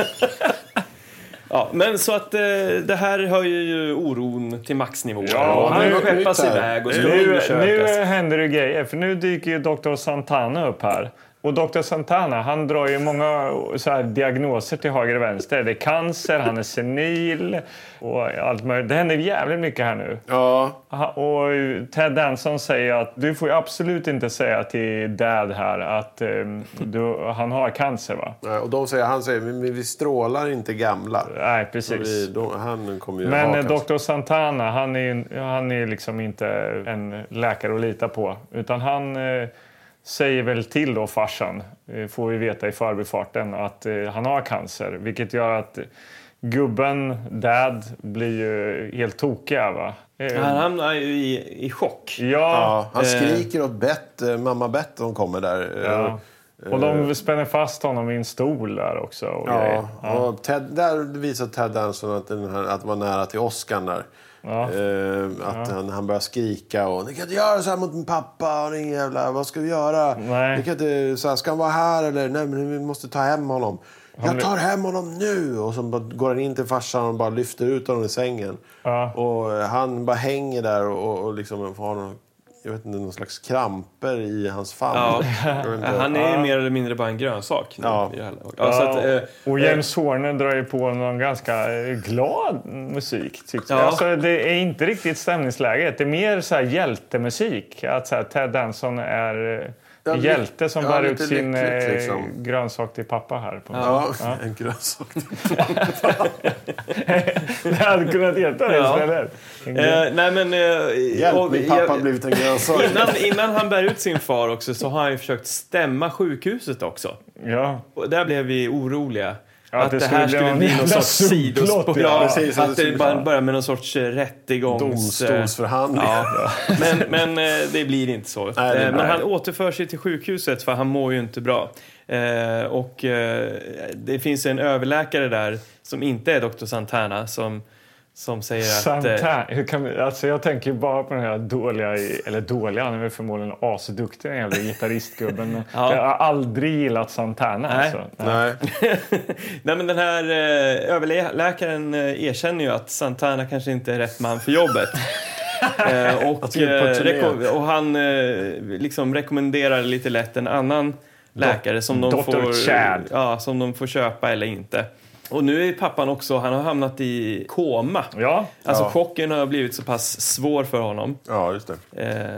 Ja, men så att det här höjer ju oron till maxnivå. Ja, han skeppas iväg och ska undersökas. Nu händer det grejer, för nu dyker ju Dr. Santana upp här. Och Dr. Santana, han drar ju många så här diagnoser till höger och vänster. Det är cancer, han är senil och allt möjligt. Det händer jävligt mycket här nu. Ja. Och Ted Danson säger att du får ju absolut inte säga till Dad här att han har cancer, va? Ja, och han säger, men vi strålar inte gamla. Nej, precis. Han kommer ju men Dr. Santana, han är liksom inte en läkare att lita på. Utan han... säger väl till då farsan, får vi veta i förbifarten, att han har cancer. Vilket gör att gubben, Dad, blir ju helt tokig, va? Han hamnar ju i chock. Ja, han skriker åt mamma Bett, de kommer där. Ja. Och de spänner fast honom i en stol där också. Och och där visar Ted Danson att det var nära till Oscar där. Ja. Han börjar skrika och ni kan inte göra så här mot min pappa och jävla, vad ska vi göra? Ni kan inte, så här, ska han vara här eller nej, men vi måste ta hem honom. Jag tar hem honom nu. Och så går han in till farsan och bara lyfter ut honom i sängen. Och han bara hänger där och liksom har någon, jag vet inte, någon slags kramper i hans famn. Han är mer eller mindre bara en grönsak. Och James Horner drar ju på någon ganska glad musik, tyckte jag. Alltså, det är inte riktigt stämningsläget. Det är mer så här hjältemusik. Att så här, Ted Danson är hjälte som bär ut sin liksom. Grönsak till pappa här. En grönsak till pappa. Det hade kunnat heta det istället. Nej, men... Hjälp, min pappa har blivit en grönsak. Innan han bär ut sin far också så har han ju försökt stämma sjukhuset också. Ja. Och där blev vi oroliga. Ja, att det här skulle bli någon sorts sidospår. Precis, att det bara börjar med någon sorts domstolsförhandling. Men det blir inte så. Men han återför sig till sjukhuset för han mår ju inte bra. Det finns en överläkare där som inte är Dr. Santana som säger Santana, alltså jag tänker bara på den här dåliga, han är väl förmodligen asduktig, den jävla gitarristgubben. Jag har aldrig gillat Santana. Nej. Nej, men den här överläkaren erkänner ju att Santana kanske inte är rätt man för jobbet. Och han liksom rekommenderar lite lätt en annan läkare som de får köpa eller inte. Och nu är pappan också, han har hamnat i koma. Ja. Alltså chocken har blivit så pass svår för honom. Ja, just det.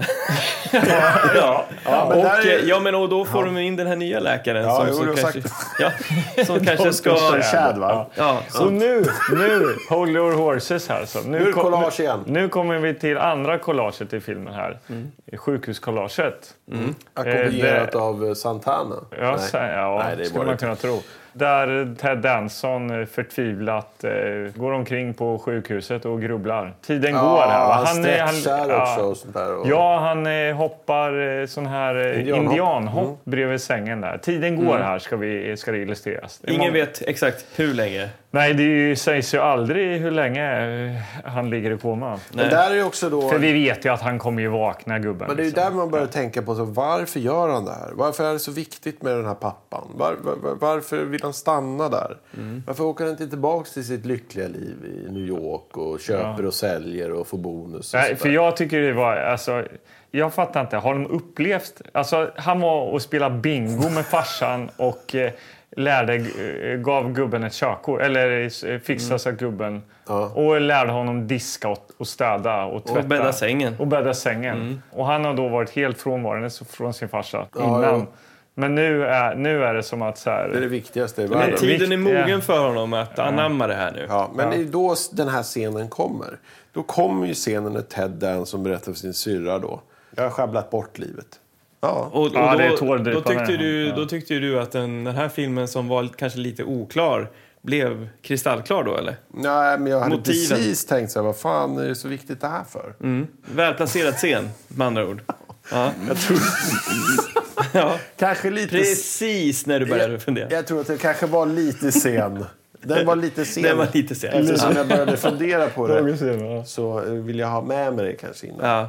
Och då får de in den här nya läkaren som som kanske ska... Och nu, hold your horses här. Så nu collage igen. Nu kommer vi till andra collaget i filmen här. Sjukhuskollaget. Ackompanjerat av Santana. Nej, det skulle man kunna tro. Där Ted Danson förtvivlat går omkring på sjukhuset och grubblar. Tiden går här. Va? Han också och sånt där. Och... Ja, han hoppar sån här indianhopp bredvid sängen där. Tiden går här ska det illustreras. Ingen vet exakt hur länge. Nej, det sägs ju aldrig hur länge han ligger i koma. Men där är också då... För vi vet ju att han kommer ju vakna, gubben. Men det är ju där man börjar tänka på, så varför gör han det här? Varför är det så viktigt med den här pappan? Varför vill han stanna där? Varför åker han inte tillbaka till sitt lyckliga liv i New York och köper och säljer och får bonus? Och nej, för jag tycker det var... Alltså, jag fattar inte. Har de upplevt... Alltså, han var och spelade bingo med farsan och... gav gubben ett körkort eller fixade så gubben och lärde honom diska och städa och tvätta och bädda sängen. Och han har då varit helt frånvarande från sin farsa innan. Men nu är det som att så här, det är det viktigaste i världen. Tiden är mogen för honom att anamma det här nu. Ja, men det är då den här scenen kommer. Då kommer ju scenen när Ted Danson berättar för sin syrra då. Jag har schabblat bort livet. Ja. Och då tyckte du att den här filmen som var kanske lite oklar blev kristallklar då, eller? Nej, men jag hade precis tänkt så här, vad fan är det så viktigt det här för? Välplacerad scen, med andra ord. Ja. Jag tror... kanske lite... Precis när du började fundera. Jag tror att det kanske var lite sen. Den var lite sen. Eftersom jag började fundera på det så vill jag ha med mig det kanske innan.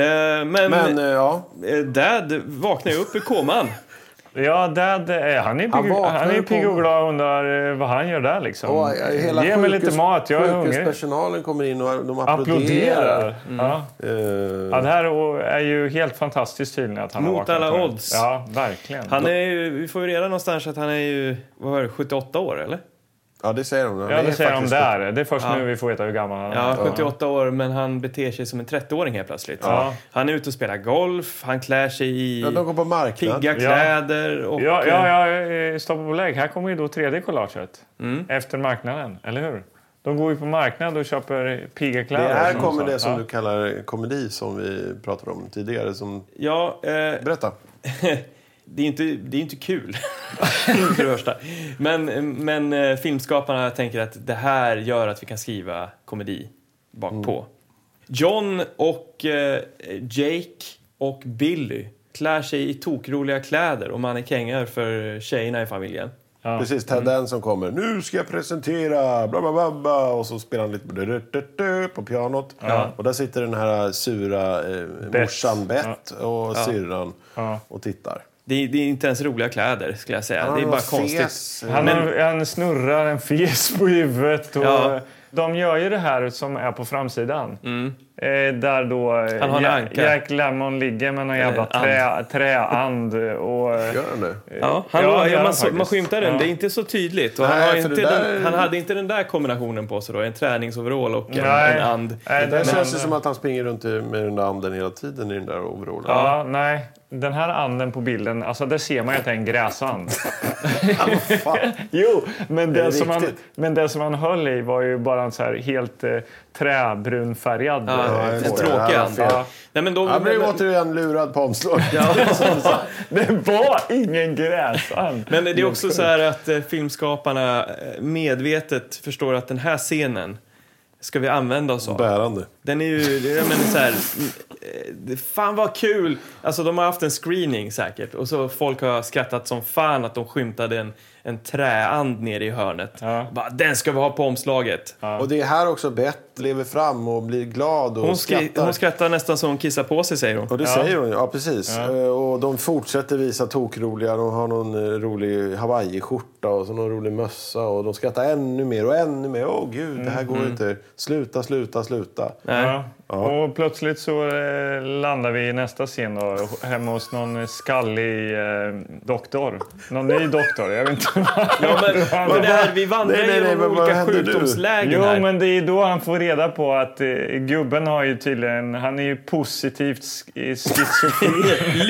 Dad vaknar ju upp i koman. Ja, Dad, han är pigg och glad och undrar vad han gör där liksom. Ge mig lite mat, jag är hungrig. Sjukhuspersonalen kommer in och de applåderar. Det här är ju helt fantastiskt tydligen att han har vaknat. Mot alla odds. Ja, verkligen. Vi får ju reda någonstans att han är ju 78 år, eller? Ja, det säger de. Ja, det säger de där. Det är först nu vi får veta hur gammal han är. Ja, 78 år, men han beter sig som en 30-åring helt plötsligt. Ja. Han är ute och spelar golf, han klär sig i de går på marknad. Pigga kläder. Och, stopp på lägg. Här kommer ju då 3D-collaget. Efter marknaden, eller hur? De går ju på marknad och köper pigga kläder. Det här kommer det som du kallar komedi som vi pratade om tidigare. Berätta. Det är inte kul för det första. Men filmskaparna tänker att det här gör att vi kan skriva komedi bakpå. John och Jake och Billy klär sig i tokroliga kläder och mannekänger för tjejerna i familjen. Ja. Precis, Ted Danson kommer. Nu ska jag presentera bla bla bla bla. Och så spelar han lite på pianot. Ja. Och där sitter den här sura morsan Bett och syrran och tittar. Det är inte ens roliga kläder, skulle jag säga. Det är bara konstigt. Han snurrar en fes på huvudet. Och de gör ju det här som är på framsidan. Där då Jack Lemmon ligger med någon jävla träand. Och, gör han det? Ja, man skymtar den. Det är inte så tydligt. Och han hade inte den där kombinationen på sig då. En träningsoverall och en and. Det känns som att han springer runt med den där anden hela tiden i den där overallen. Ja, nej. Den här anden på bilden, alltså där ser man ju att det är en gräsand. Jo, men den som han höll i var ju bara en så här helt träbrunfärgad. Tråkig and. Nej, men han blev återigen lurad på omslag. Det var ingen gräsand. Men det är också så här att filmskaparna medvetet förstår att den här scenen ska vi använda oss av. Bärande. Den är ju, så här, fan vad kul. Alltså de har haft en screening säkert. Och så folk har skrattat som fan att de skymtade en träand ner i hörnet. Bara, den ska vi ha på omslaget. Och det är här också Bett lever fram och blir glad och skrattar. Hon skrattar nästan som hon kissar på sig, säger hon. Och det säger hon, ja precis. Och de fortsätter visa tokroliga. De har någon rolig Hawaii-skjorta och så någon rolig mössa. Och de skrattar ännu mer och ännu mer. Åh gud, det här går inte. Sluta. Ja. Och plötsligt så landar vi i nästa scen då, hemma hos någon skallig doktor. Någon ny doktor, jag vet inte. Vi vandrar genom olika sjukdomslägen här. Jo, men det är då han får reda på att gubben har ju tydligen, han är ju positivt schizofren.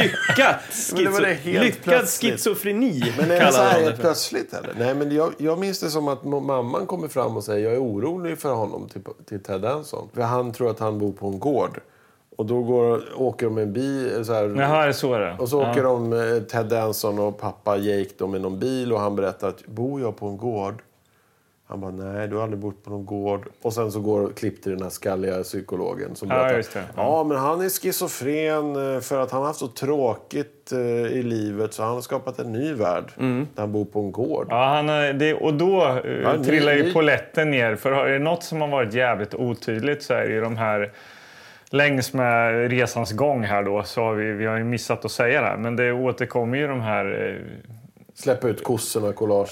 Lyckad schizofreni. Men är det så här helt plötsligt eller? Nej, men jag minns det som att mamman kommer fram och säger jag är orolig för honom till Ted Danson. För han tror att han bor på en gård. Och då åker de med en bil så här. Jaha, det är så det. Och så åker de, Ted Danson och pappa Jake, de i någon bil och han berättar att bor jag på en gård? Han bara, nej, du har aldrig bott på någon gård. Och sen så klipp till den här skalliga psykologen som berättar, just det. Ja, men han är schizofren för att han har haft så tråkigt i livet så han har skapat en ny värld där han bor på en gård. Ja, och då trillar ju poletten ner. För är det något som har varit jävligt otydligt så är det ju de här längs med resans gång här då så har vi har ju missat att säga det här. Men det återkommer ju de här släppa ut kossorna, collage.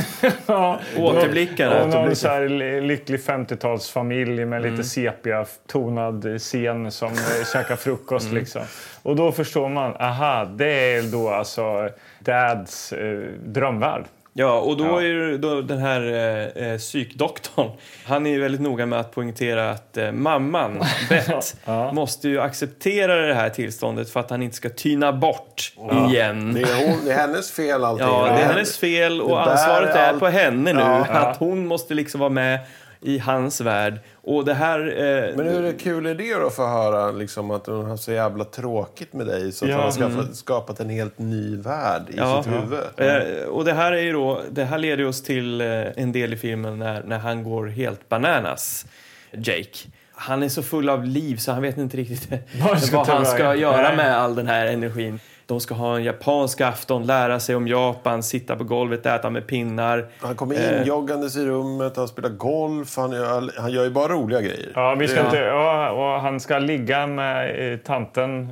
Återblickarna. Och någon så här lycklig 50-talsfamilj med lite sepia-tonad scen som käkar frukost liksom. Och då förstår man, det är då alltså Dads drömvärld. Ja, och då är då den här psykdoktorn, han är ju väldigt noga med att poängtera att mamman, Beth, måste ju acceptera det här tillståndet för att han inte ska tyna bort igen. Det är hennes fel allting. Ja, det är hennes fel och ansvaret är på henne nu. Att hon måste liksom vara med i hans värld. Och det här, men hur kul är det då att få höra liksom, att hon har så jävla tråkigt med dig så att han har skapat en helt ny värld i sitt huvud. Och det här är ju då, det här leder oss till en del i filmen när han går helt bananas, Jake. Han är så full av liv så han vet inte riktigt vad han ska göra med all den här energin. De ska ha en japansk afton, lära sig om Japan, sitta på golvet, äta med pinnar. Han kommer injoggandes i rummet, han spelar golf, han gör ju bara roliga grejer. Ja, vi ska inte, och han ska ligga med tanten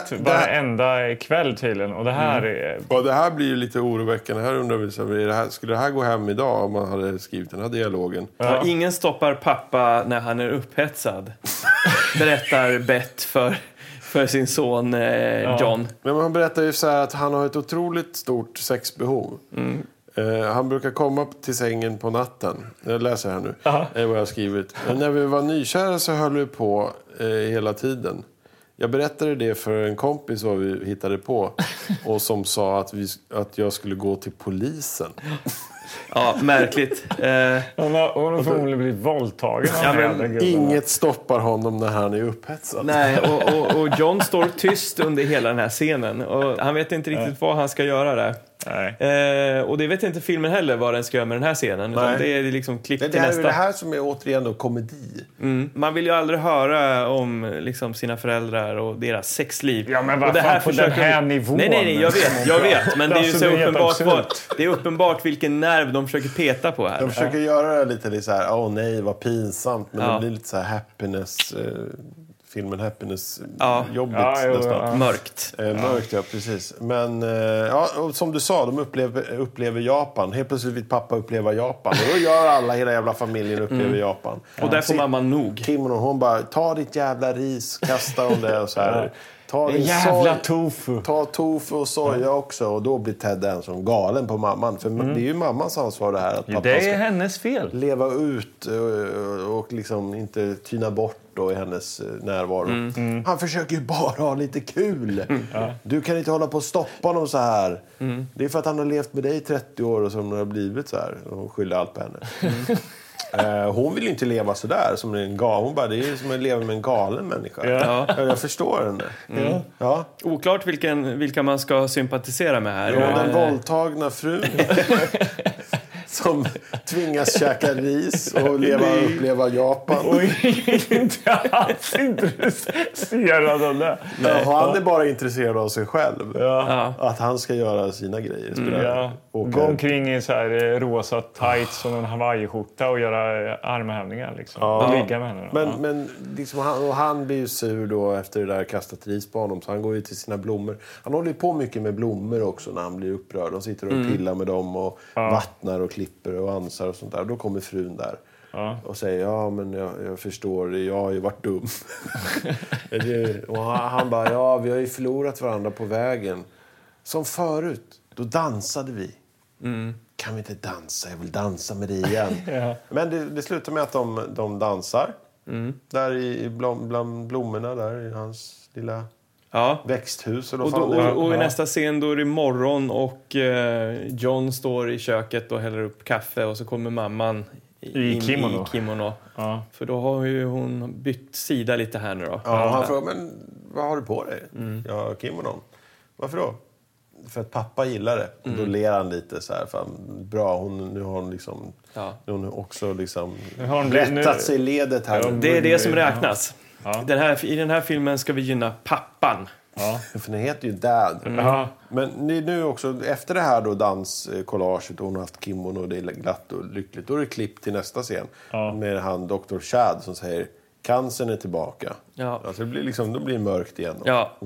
varenda kväll tydligen. Och det här är... Och det här blir ju lite oroväckande. Här undrar vi, skulle det här gå hem idag om man hade skrivit den här dialogen? Ja. Ingen stoppar pappa när han är upphetsad. Berättar Beth för sin son John. Men han berättar ju så här att han har ett otroligt stort sexbehov. Han brukar komma till sängen på natten. Jag läser här nu. Det är vad jag har skrivit. Men när vi var nykära så höll vi på hela tiden. Jag berättade det för en kompis vad vi hittade på. Och som sa att jag skulle gå till polisen. Ja, märkligt. Hon har förmodligen blivit våldtagen. Inget stoppar honom när han är upphetsad. Nej, och John står tyst under hela den här scenen. Och han vet inte riktigt vad han ska göra där. Och det vet inte filmen heller vad den ska göra med den här scenen. Utan det är liksom klipp till nästa. Det är det här som är återigen då komedi. Man vill ju aldrig höra om liksom, sina föräldrar och deras sexliv. Ja, men och det här på den här nivån? Nej, jag vet. Men det är ju så uppenbart. Det är uppenbart vilken nerv de försöker peta på här. De försöker göra det lite så här, nej vad pinsamt. Men det blir lite så här happiness... filmen Happiness jobbigt nästan. Mörkt. Mörkt, ja, precis. Men och som du sa, de upplever Japan. Helt plötsligt vill pappa uppleva Japan. Och då gör alla, hela jävla familjen upplever Japan. Och där får mamman nog. Kim och hon bara, ta ditt jävla ris, kasta om det och så här. Ta en jävla tofu. Ta tofu och soja också. Och då blir Ted Danson galen på mamman. För det är ju mammans ansvar det här. Att pappa det är hennes fel. Leva ut och liksom inte tyna bort då i hennes närvaro. Han försöker ju bara ha lite kul. Du kan inte hålla på att stoppa honom så här. Det är för att han har levt med dig i 30 år och som det har blivit så här. Och hon skyller allt på henne. Hon vill ju inte leva så där som en galen. Hon bara, det är som att leva med en galen människa. Jag förstår henne. Oklart vilka man ska sympatisera med här. Ja, den våldtagna frun. De tvingas käka ris och uppleva Japan. Och inte alls intresserad av det. Ja, han är bara intresserad av sig själv. Ja. Att han ska göra sina grejer. Gå omkring i så här rosa tights och en hawaiiskjorta och göra armhävningar. Liksom. Och ligga med henne. Men liksom han blir ju sur då efter det där kastat ris på honom. Så han går ju till sina blommor. Han håller ju på mycket med blommor också när han blir upprörd. De sitter och pillar med dem och vattnar och klipper och ansar och sånt där. Då kommer frun där och säger, men jag förstår det, jag har ju varit dum. Och han bara, vi har ju förlorat varandra på vägen. Som förut, då dansade vi. Kan vi inte dansa? Jag vill dansa med dig igen. Men det slutar med att de dansar. Där bland blommorna där i hans lilla växthus. Och i nästa scen då är det morgon och John står i köket och häller upp kaffe och så kommer mamman i kimono. Ja. För då har ju hon bytt sida lite här nu då. Ja, och han frågar, men vad har du på dig? Ja, kimonon. Varför då? För att pappa gillar det. Då ler han lite så här. Fan, bra, nu har hon liksom... Nu har hon också liksom rättat sig i ledet här. Det är det som räknas. I den här filmen ska vi gynna pappan. För den heter ju Dad. Men nu också, efter det här då danskollaget och hon har haft kimono och det är glatt och lyckligt. Då är det klipp till nästa scen. Med han Dr. Chad som säger, cancern är tillbaka. Alltså det blir liksom, då blir det mörkt igen.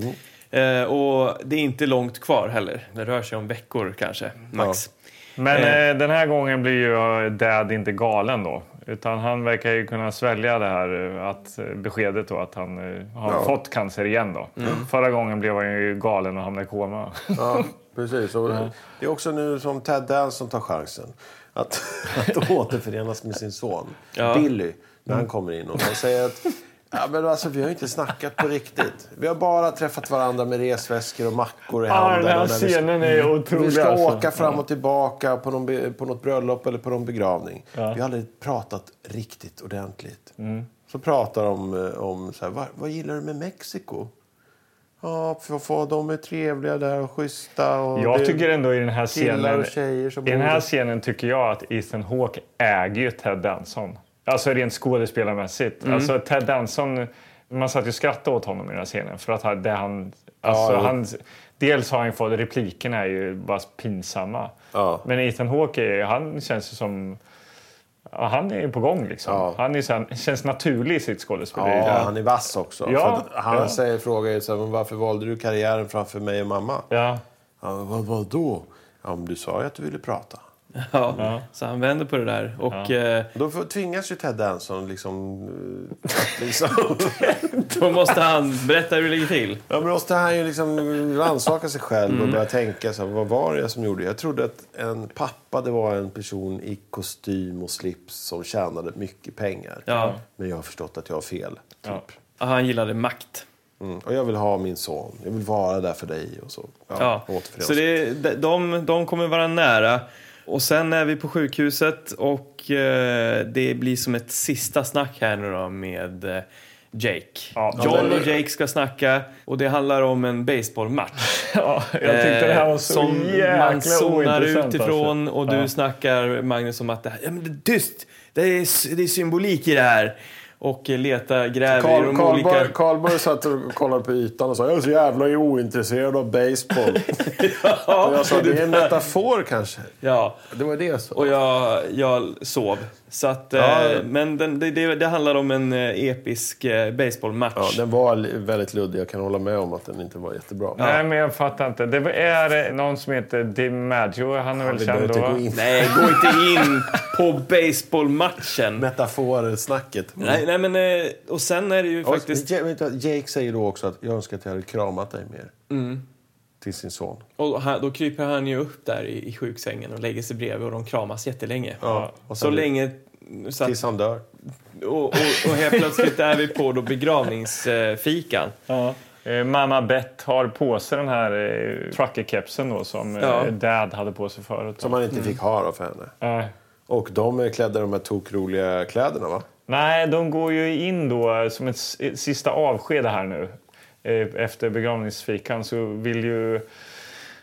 Och det är inte långt kvar heller. Det rör sig om veckor kanske, max. Men den här gången blir ju Dad inte galen då. Utan han verkar ju kunna svälja det här beskedet då att han har fått cancer igen då. Förra gången blev han ju galen och hamnade i koma. Ja, precis. Och det är också nu som Ted Danson tar chansen att återförenas med sin son Billy när han kommer in och han säger att men alltså, vi har ju inte snackat på riktigt. Vi har bara träffat varandra med resväskor och mackor i handen. Den här scenen är otrolig. Vi ska åka fram och tillbaka på något bröllop eller på någon begravning. Vi har aldrig pratat riktigt ordentligt. Så pratar de om så här, vad gillar du med Mexiko? Ja, för de är trevliga där och schyssta. Och jag tycker ändå i den här scenen... I den här scenen tycker jag att Ethan Hawke äger ju Ted Danson. Alltså rent skådespelarmässigt. Alltså Ted Danson, man satt ju skratta åt honom i den här scenen. För att det han... Alltså dels har han fått, replikerna är ju bara pinsamma. Men Ethan Hawke, han känns ju som... Ja, han är på gång liksom. Han känns naturlig i sitt skådespel. Han är vass också. Han frågar ju så här, men varför valde du karriären framför mig och mamma? Vad då? Ja, men du sa ju att du ville prata. Så han vänder på det där. Och, då tvingas ju Ted Danson liksom... då måste han berätta hur det ligger till. Ja, men måste han ju liksom rannsaka sig själv och börja tänka så här, vad var det som gjorde? Jag trodde att en pappa, det var en person i kostym och slips som tjänade mycket pengar. Men jag har förstått att jag har fel. Typ. Han gillade makt. Och jag vill ha min son. Jag vill vara där för dig och så. Så de kommer vara nära. Och sen är vi på sjukhuset och det blir som ett sista snack här nu då med Jake. John och Jake ska snacka och det handlar om en baseballmatch. Jag tyckte det här var så som jäkla man zonar ointressant, utifrån och du snackar, Magnus, om att det här, men det är tyst. Det är symbolik i det här. Och gräver i de olika... Karlborg satt och kollade på ytan och sa, jag är så jävla ointresserad av baseball. Och jag sa, det är en metafor kanske. Ja. Det var det jag sa. Och jag sov. Så att, men det handlar om en episk baseballmatch. Ja, den var väldigt luddig. Jag kan hålla med om att den inte var jättebra. Nej, men jag fattar inte. Det är någon som heter DiMaggio. Han är väl känd då? Nej, gå inte in på baseballmatchen. Metaforsnacket. Nej, men och sen är det ju faktiskt... Jake säger då också att jag önskar att jag hade kramat dig mer. Till sin son. Och då kryper han ju upp där i sjuksängen och lägger sig bredvid och de kramas jättelänge. Och så länge... Tills han dör. Och helt plötsligt är vi på då begravningsfikan. Mamma Beth har på sig den här trucker-kepsen då som Dad hade på sig förut. Som man inte fick ha då för henne. Och de är klädda de här tokroliga kläderna, va? Nej, de går ju in då som ett sista avsked här nu. Efter begravningsfikan så vill ju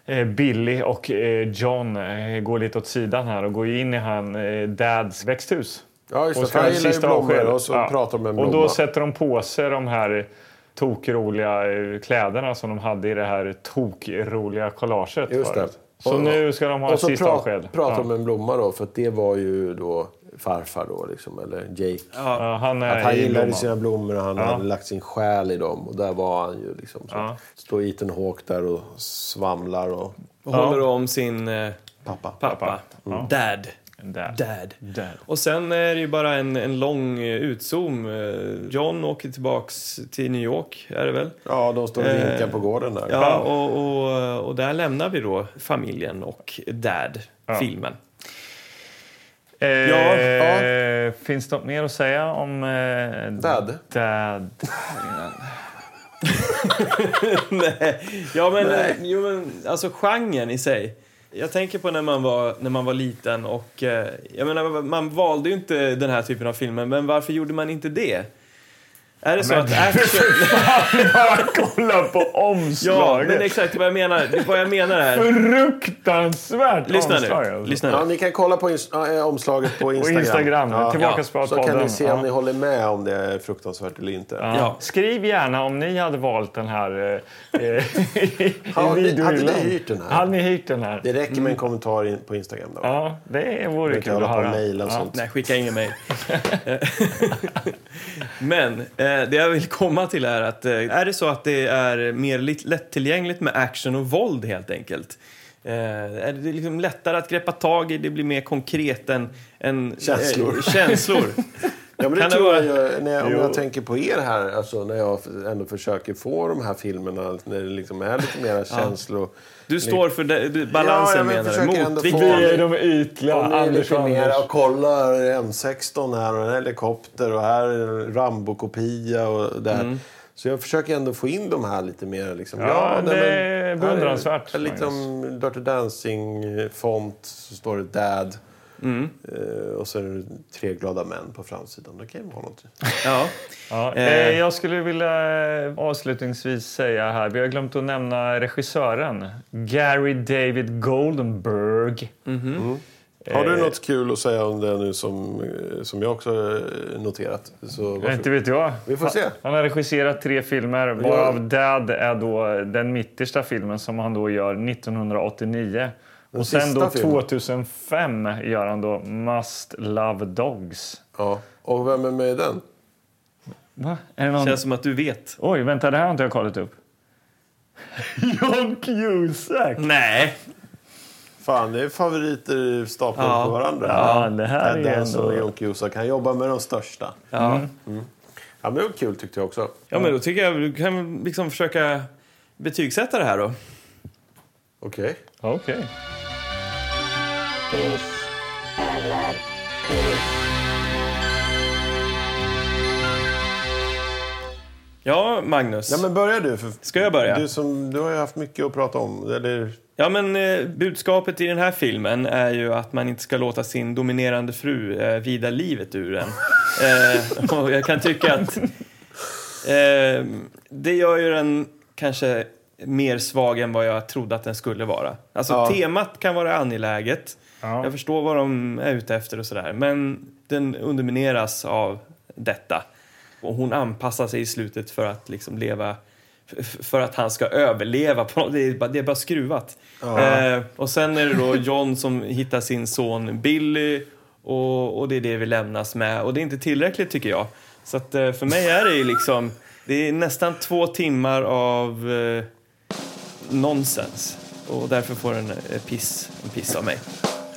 Billy och John går lite åt sidan här och går in i Dads växthus. Ja, just det. Och ska Han gillar ju blommor och så ja. pratar de med en blomma. Och då sätter de på sig de här tokroliga kläderna som de hade i det här tokroliga collaget. Just det. Så nu ska de ha ett sista avsked. Och så pratar de med en blomma då, för att det var ju då farfar då liksom, eller Jake. Ja, han gillade sina blommor och han hade lagt sin själ i dem. Och där var han ju liksom. Så står Ethan Hawke där och svamlar och håller om sin pappa. Dad. Och sen är det ju bara en lång utzoom. John åker tillbaks till New York, är det väl? Ja, de står och vinkar på gården där. Ja, och där lämnar vi då familjen och Dad-filmen. Finns det något mer att säga om Dad? Nej. Jo, men alltså genren i sig. Jag tänker på när man var liten och jag menar, man valde ju inte den här typen av filmer, men varför gjorde man inte det? Är det så att action... Bara kolla på omslaget. Ja, men exakt vad jag menar är... Fruktansvärt Lyssna nu. Ja, ni kan kolla på omslaget på Instagram. Så kan ni se om ni håller med om det är fruktansvärt eller inte. Ja. Skriv gärna om ni hade valt den här hade ni hyrt den här? Hade ni hyrt den här? Det räcker med en kommentar på Instagram då. Ja, det vore kul att höra. Mail och sånt. Nej, skicka ingen mail. Men det jag vill komma till är att är det så att det är mer lättillgängligt med action och våld helt enkelt? Är det liksom lättare att greppa tag i? Det blir mer konkret än känslor. Ja, men det tror jag, om jag tänker på er här, alltså när jag ändå försöker få de här filmerna när det liksom är lite mer känslor. Du står för balansen, menar du? Vi är de ytliga. Anders och kolla M16 här och en helikopter och här är Rambo-kopia och där. Så jag försöker ändå få in de här lite mer. Liksom. Det är beundransvärt. Lite om Dirty Dancing-font så står det Dad. Och så är det 3 glada män på framsidan. Det kan ju vara något. Jag skulle vilja avslutningsvis säga här. Vi har glömt att nämna regissören. Gary David Goldenberg. Har du något kul att säga om det nu som jag också noterat? Så inte vet jag. Vi får se. Han har regisserat 3 filmer. Varav Dad är då den mittersta filmen som han då gör 1989. Och sen då 2005 gör han då Must Love Dogs. Ja. Och vem är med i den? Va? Är det någon... Känns som att du vet. Oj, vänta, det här har inte jag kollat upp. John Cusack! Nej. Fan, det är favoriter staplar på varandra. Ja, det här Ted är Danson ändå... och John Cusack kan jobba med de största. Ja. Ja, men det var kul tyckte jag också. Ja, men då tycker jag du kan liksom försöka betygsätta det här då. Okej. Ja, Magnus. Ja, men börjar du. Ska jag börja? Du har ju haft mycket att prata om. Eller... Ja, men budskapet i den här filmen är ju att man inte ska låta sin dominerande fru vida livet ur den. Och jag kan tycka att det gör ju den kanske mer svag än vad jag trodde att den skulle vara. Alltså temat kan vara angeläget. Jag förstår vad de är ute efter och sådär. Men den undermineras av detta. Och hon anpassar sig i slutet för att liksom leva... För att han ska överleva. Det är bara skruvat. Och sen är det då John som hittar sin son Billy. Och det är det vi lämnas med. Och det är inte tillräckligt tycker jag. Så att för mig är det ju liksom... Det är nästan 2 timmar av nonsens. Och därför får den en piss av mig.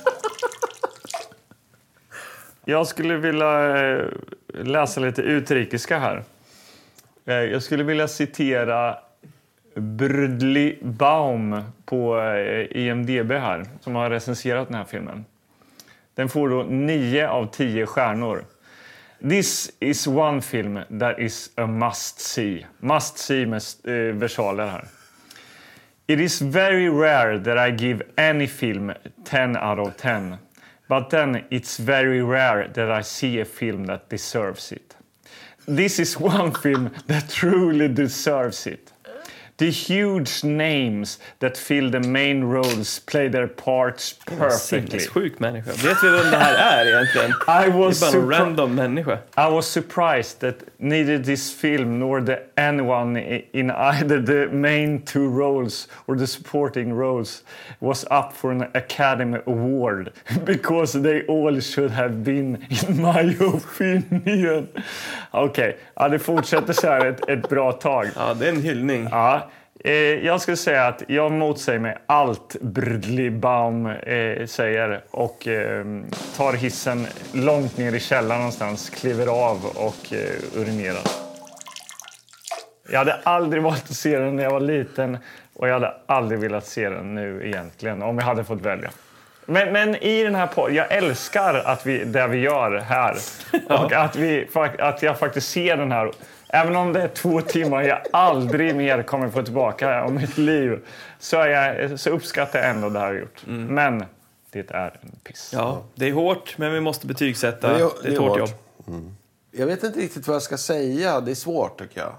Jag skulle vilja läsa lite utrikiska här. Jag skulle vilja citera Brudley Baum på IMDb här, som har recenserat den här filmen. Den får då 9 av 10 stjärnor. This is one film that is a must see. Must see med versaler här. It is very rare that I give any film 10 out of 10. But then it's very rare that I see a film that deserves it. This is one film that truly deserves it. The huge names that fill the main roles play their parts perfectly. Sinnessjuk människa. Vet vi vem det här är egentligen? Det är bara en random människa. I was surprised that neither this film nor anyone in either the main two roles or the supporting roles was up for an Academy Award because they all should have been, in my opinion. Okej, det fortsätter så här ett bra tag. Ja, det är en hyllning. Ja. Jag skulle säga att jag motsäger mig allt Bradley Baum säger och tar hissen långt ner i källaren någonstans, kliver av och urinerar. Jag hade aldrig valt att se den när jag var liten och jag hade aldrig velat se den nu egentligen om jag hade fått välja. Men i den här podden, jag älskar att det vi gör här och att jag faktiskt ser den här. Även om det är 2 timmar jag aldrig mer kommer få tillbaka om mitt liv så uppskattar jag ändå det här jag gjort. Men det är en piss. Ja, det är hårt men vi måste betygsätta. Det är ett hårt jobb. Jag vet inte riktigt vad jag ska säga. Det är svårt tycker jag.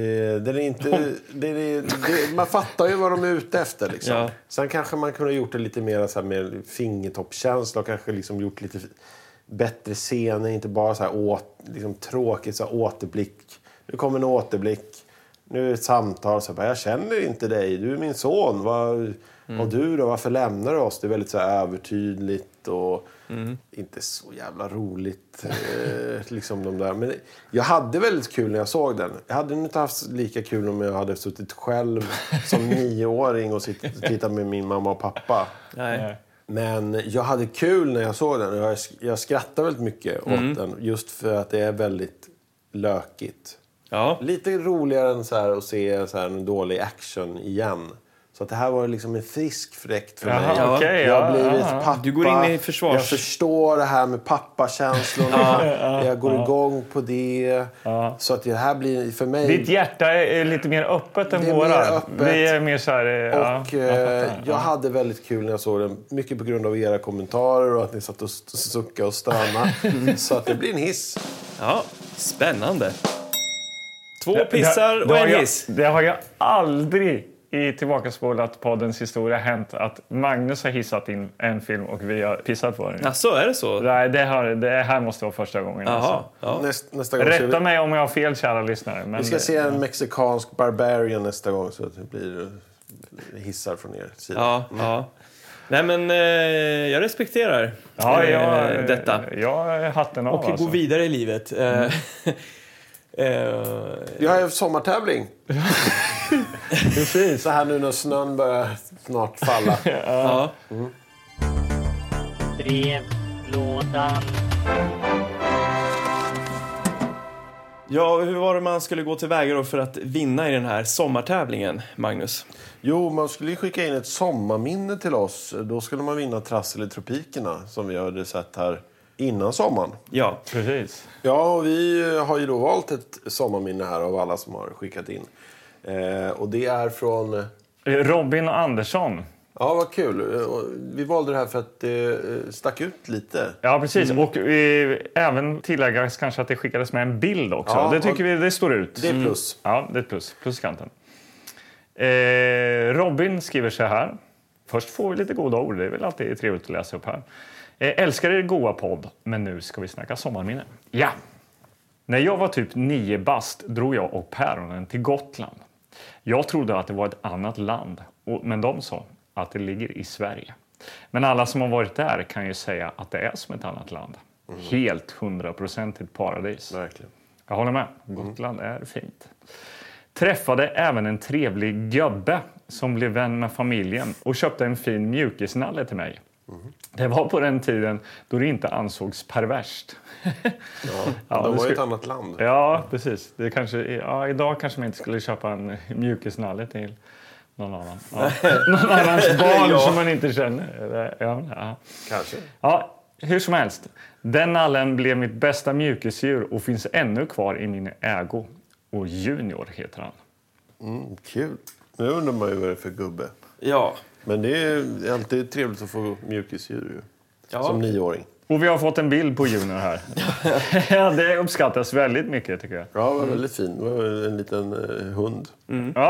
Man fattar ju vad de är ute efter liksom. Ja. Sen kanske man kunde ha gjort det lite mer så här med fingertoppkänsla och kanske liksom gjort lite bättre scener, inte bara så här liksom tråkigt så här återblick. Nu kommer en återblick. Nu är det ett samtal så här, jag känner inte dig. Du är min son. Och du då, varför lämnar du oss? Det är väldigt så här övertydligt och inte så jävla roligt liksom de där. Men jag hade väldigt kul när jag såg den. Jag hade inte haft lika kul om jag hade suttit själv som 9-åring och tittat med min mamma och pappa. Nej. Men jag hade kul när jag såg den. Jag skrattade väldigt mycket åt den. Just för att det är väldigt lökigt. Ja. Lite roligare än så här att se så här en dålig action igen. Så att det här var liksom en frisk fräckt för mig. Okay, jag har blivit pappa. Du går in i försvars. Jag förstår det här med pappakänslorna. Jag går igång på det. Så att det här blir för mig... Ditt hjärta är lite mer öppet än våra. Vi är mer så här... Och jag hade väldigt kul när jag såg den. Mycket på grund av era kommentarer och att ni satt och suckade och stannade. Så att det blir en hiss. Ja, spännande. 2 pissar och en hiss. Det har jag aldrig i tillbakaspolat poddens historia hänt att Magnus har hissat in en film och vi har pissat på den. Ja, så är det så? Nej, det här måste vara första gången. Aha, alltså. ja. Nästa gång rätta mig om jag har fel, kära lyssnare. Men vi ska se en mexikansk barbarian nästa gång så att det blir hissar från er sida. Ja. Nej, men jag respekterar detta. Jag hatten av. Och gå vidare i livet. Vi har ju sommartävling. Precis. Så här nu när snön börjar snart falla. Ja. Brevlådan. Ja, hur var det man skulle gå tillväga då för att vinna i den här sommartävlingen, Magnus? Jo, man skulle skicka in ett sommarminne till oss. Då skulle man vinna Trassel i tropikerna som vi hade sett här innan sommaren. Ja, precis. Ja, och vi har ju då valt ett sommarminne här av alla som har skickat in. Och det är från... Robin Andersson. Ja, vad kul. Vi valde det här för att det stack ut lite. Ja, precis. Och även tilläggas kanske att det skickades med en bild också. Ja, det tycker vi det står ut. Det är plus. Ja, det är ett plus. Pluskanten. Robin skriver så här. Först får vi lite goda ord. Det är väl alltid trevligt att läsa upp här. Älskar er goa podd, men nu ska vi snacka sommarminne. Ja! När jag var typ 9 bast drog jag och päronen till Gotland. Jag trodde att det var ett annat land, men de sa att det ligger i Sverige. Men alla som har varit där kan ju säga att det är som ett annat land. Helt 100% paradis. Verkligen. Jag håller med. Gotland är fint. Träffade även en trevlig gubbe som blev vän med familjen och köpte en fin mjukisnalle till mig. Det var på den tiden då det inte ansågs perverst. Ja, det var ju ett annat land. Ja, precis. Det kanske, idag kanske man inte skulle köpa en mjukisnalle till någon annan. Ja. Någon annans barn som man inte känner. Ja. Kanske. Ja, hur som helst. Den nallen blev mitt bästa mjukisdjur och finns ännu kvar i min ägo. Och Junior heter han. Kul. Nu undrar man ju vad det är för gubbe. Ja. Men det är alltid trevligt att få mjukisdjur som 9-åring. Och vi har fått en bild på Junior här. Ja, det uppskattas väldigt mycket tycker jag. Ja, det var väldigt fin. Det var en liten hund. Ja,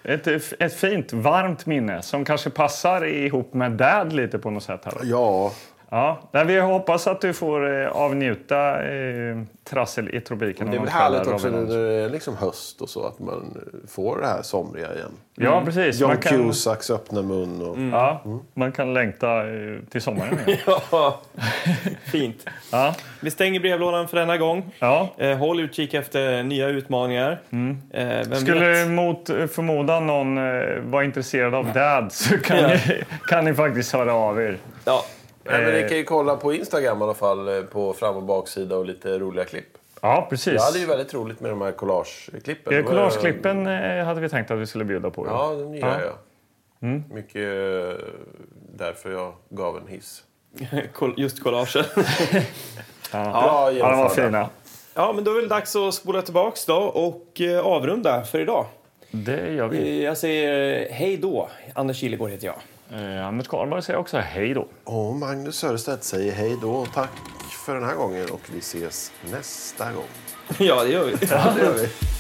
Ett fint, varmt minne som kanske passar ihop med Dad lite på något sätt. Här. Ja. Ja, där vi hoppas att du får avnjuta trassel i tropiken. Det är väl härligt också när det är liksom höst och så att man får det här somriga igen. Ja, precis. John Cusacks öppna mun. Och... Ja, man kan längta till sommaren igen. Ja, fint. Ja. Vi stänger brevlådan för denna gång. Ja. Håll utkik efter nya utmaningar. Skulle mot förmodan någon vara intresserad av Dad så kan ni faktiskt höra av er. Ja. Men ni kan ju kolla på Instagram i alla fall på fram- och baksida och lite roliga klipp. Ja, precis. Jag hade ju väldigt roligt med de här collageklippen. Collageklippen hade vi tänkt att vi skulle bjuda på. Ja, de gör jag. Mycket därför jag gav en hiss. Just collagen. Bra de var fina. Ja, men då är det dags att spola tillbaks då och avrunda för idag. Det gör vi. Jag säger hej då. Anders Kilegård heter jag. Anders Karlberg säger också hej då. Och Magnus Söderstedt säger hej då. Tack för den här gången och vi ses nästa gång. Ja, det gör vi. Ja, det gör vi.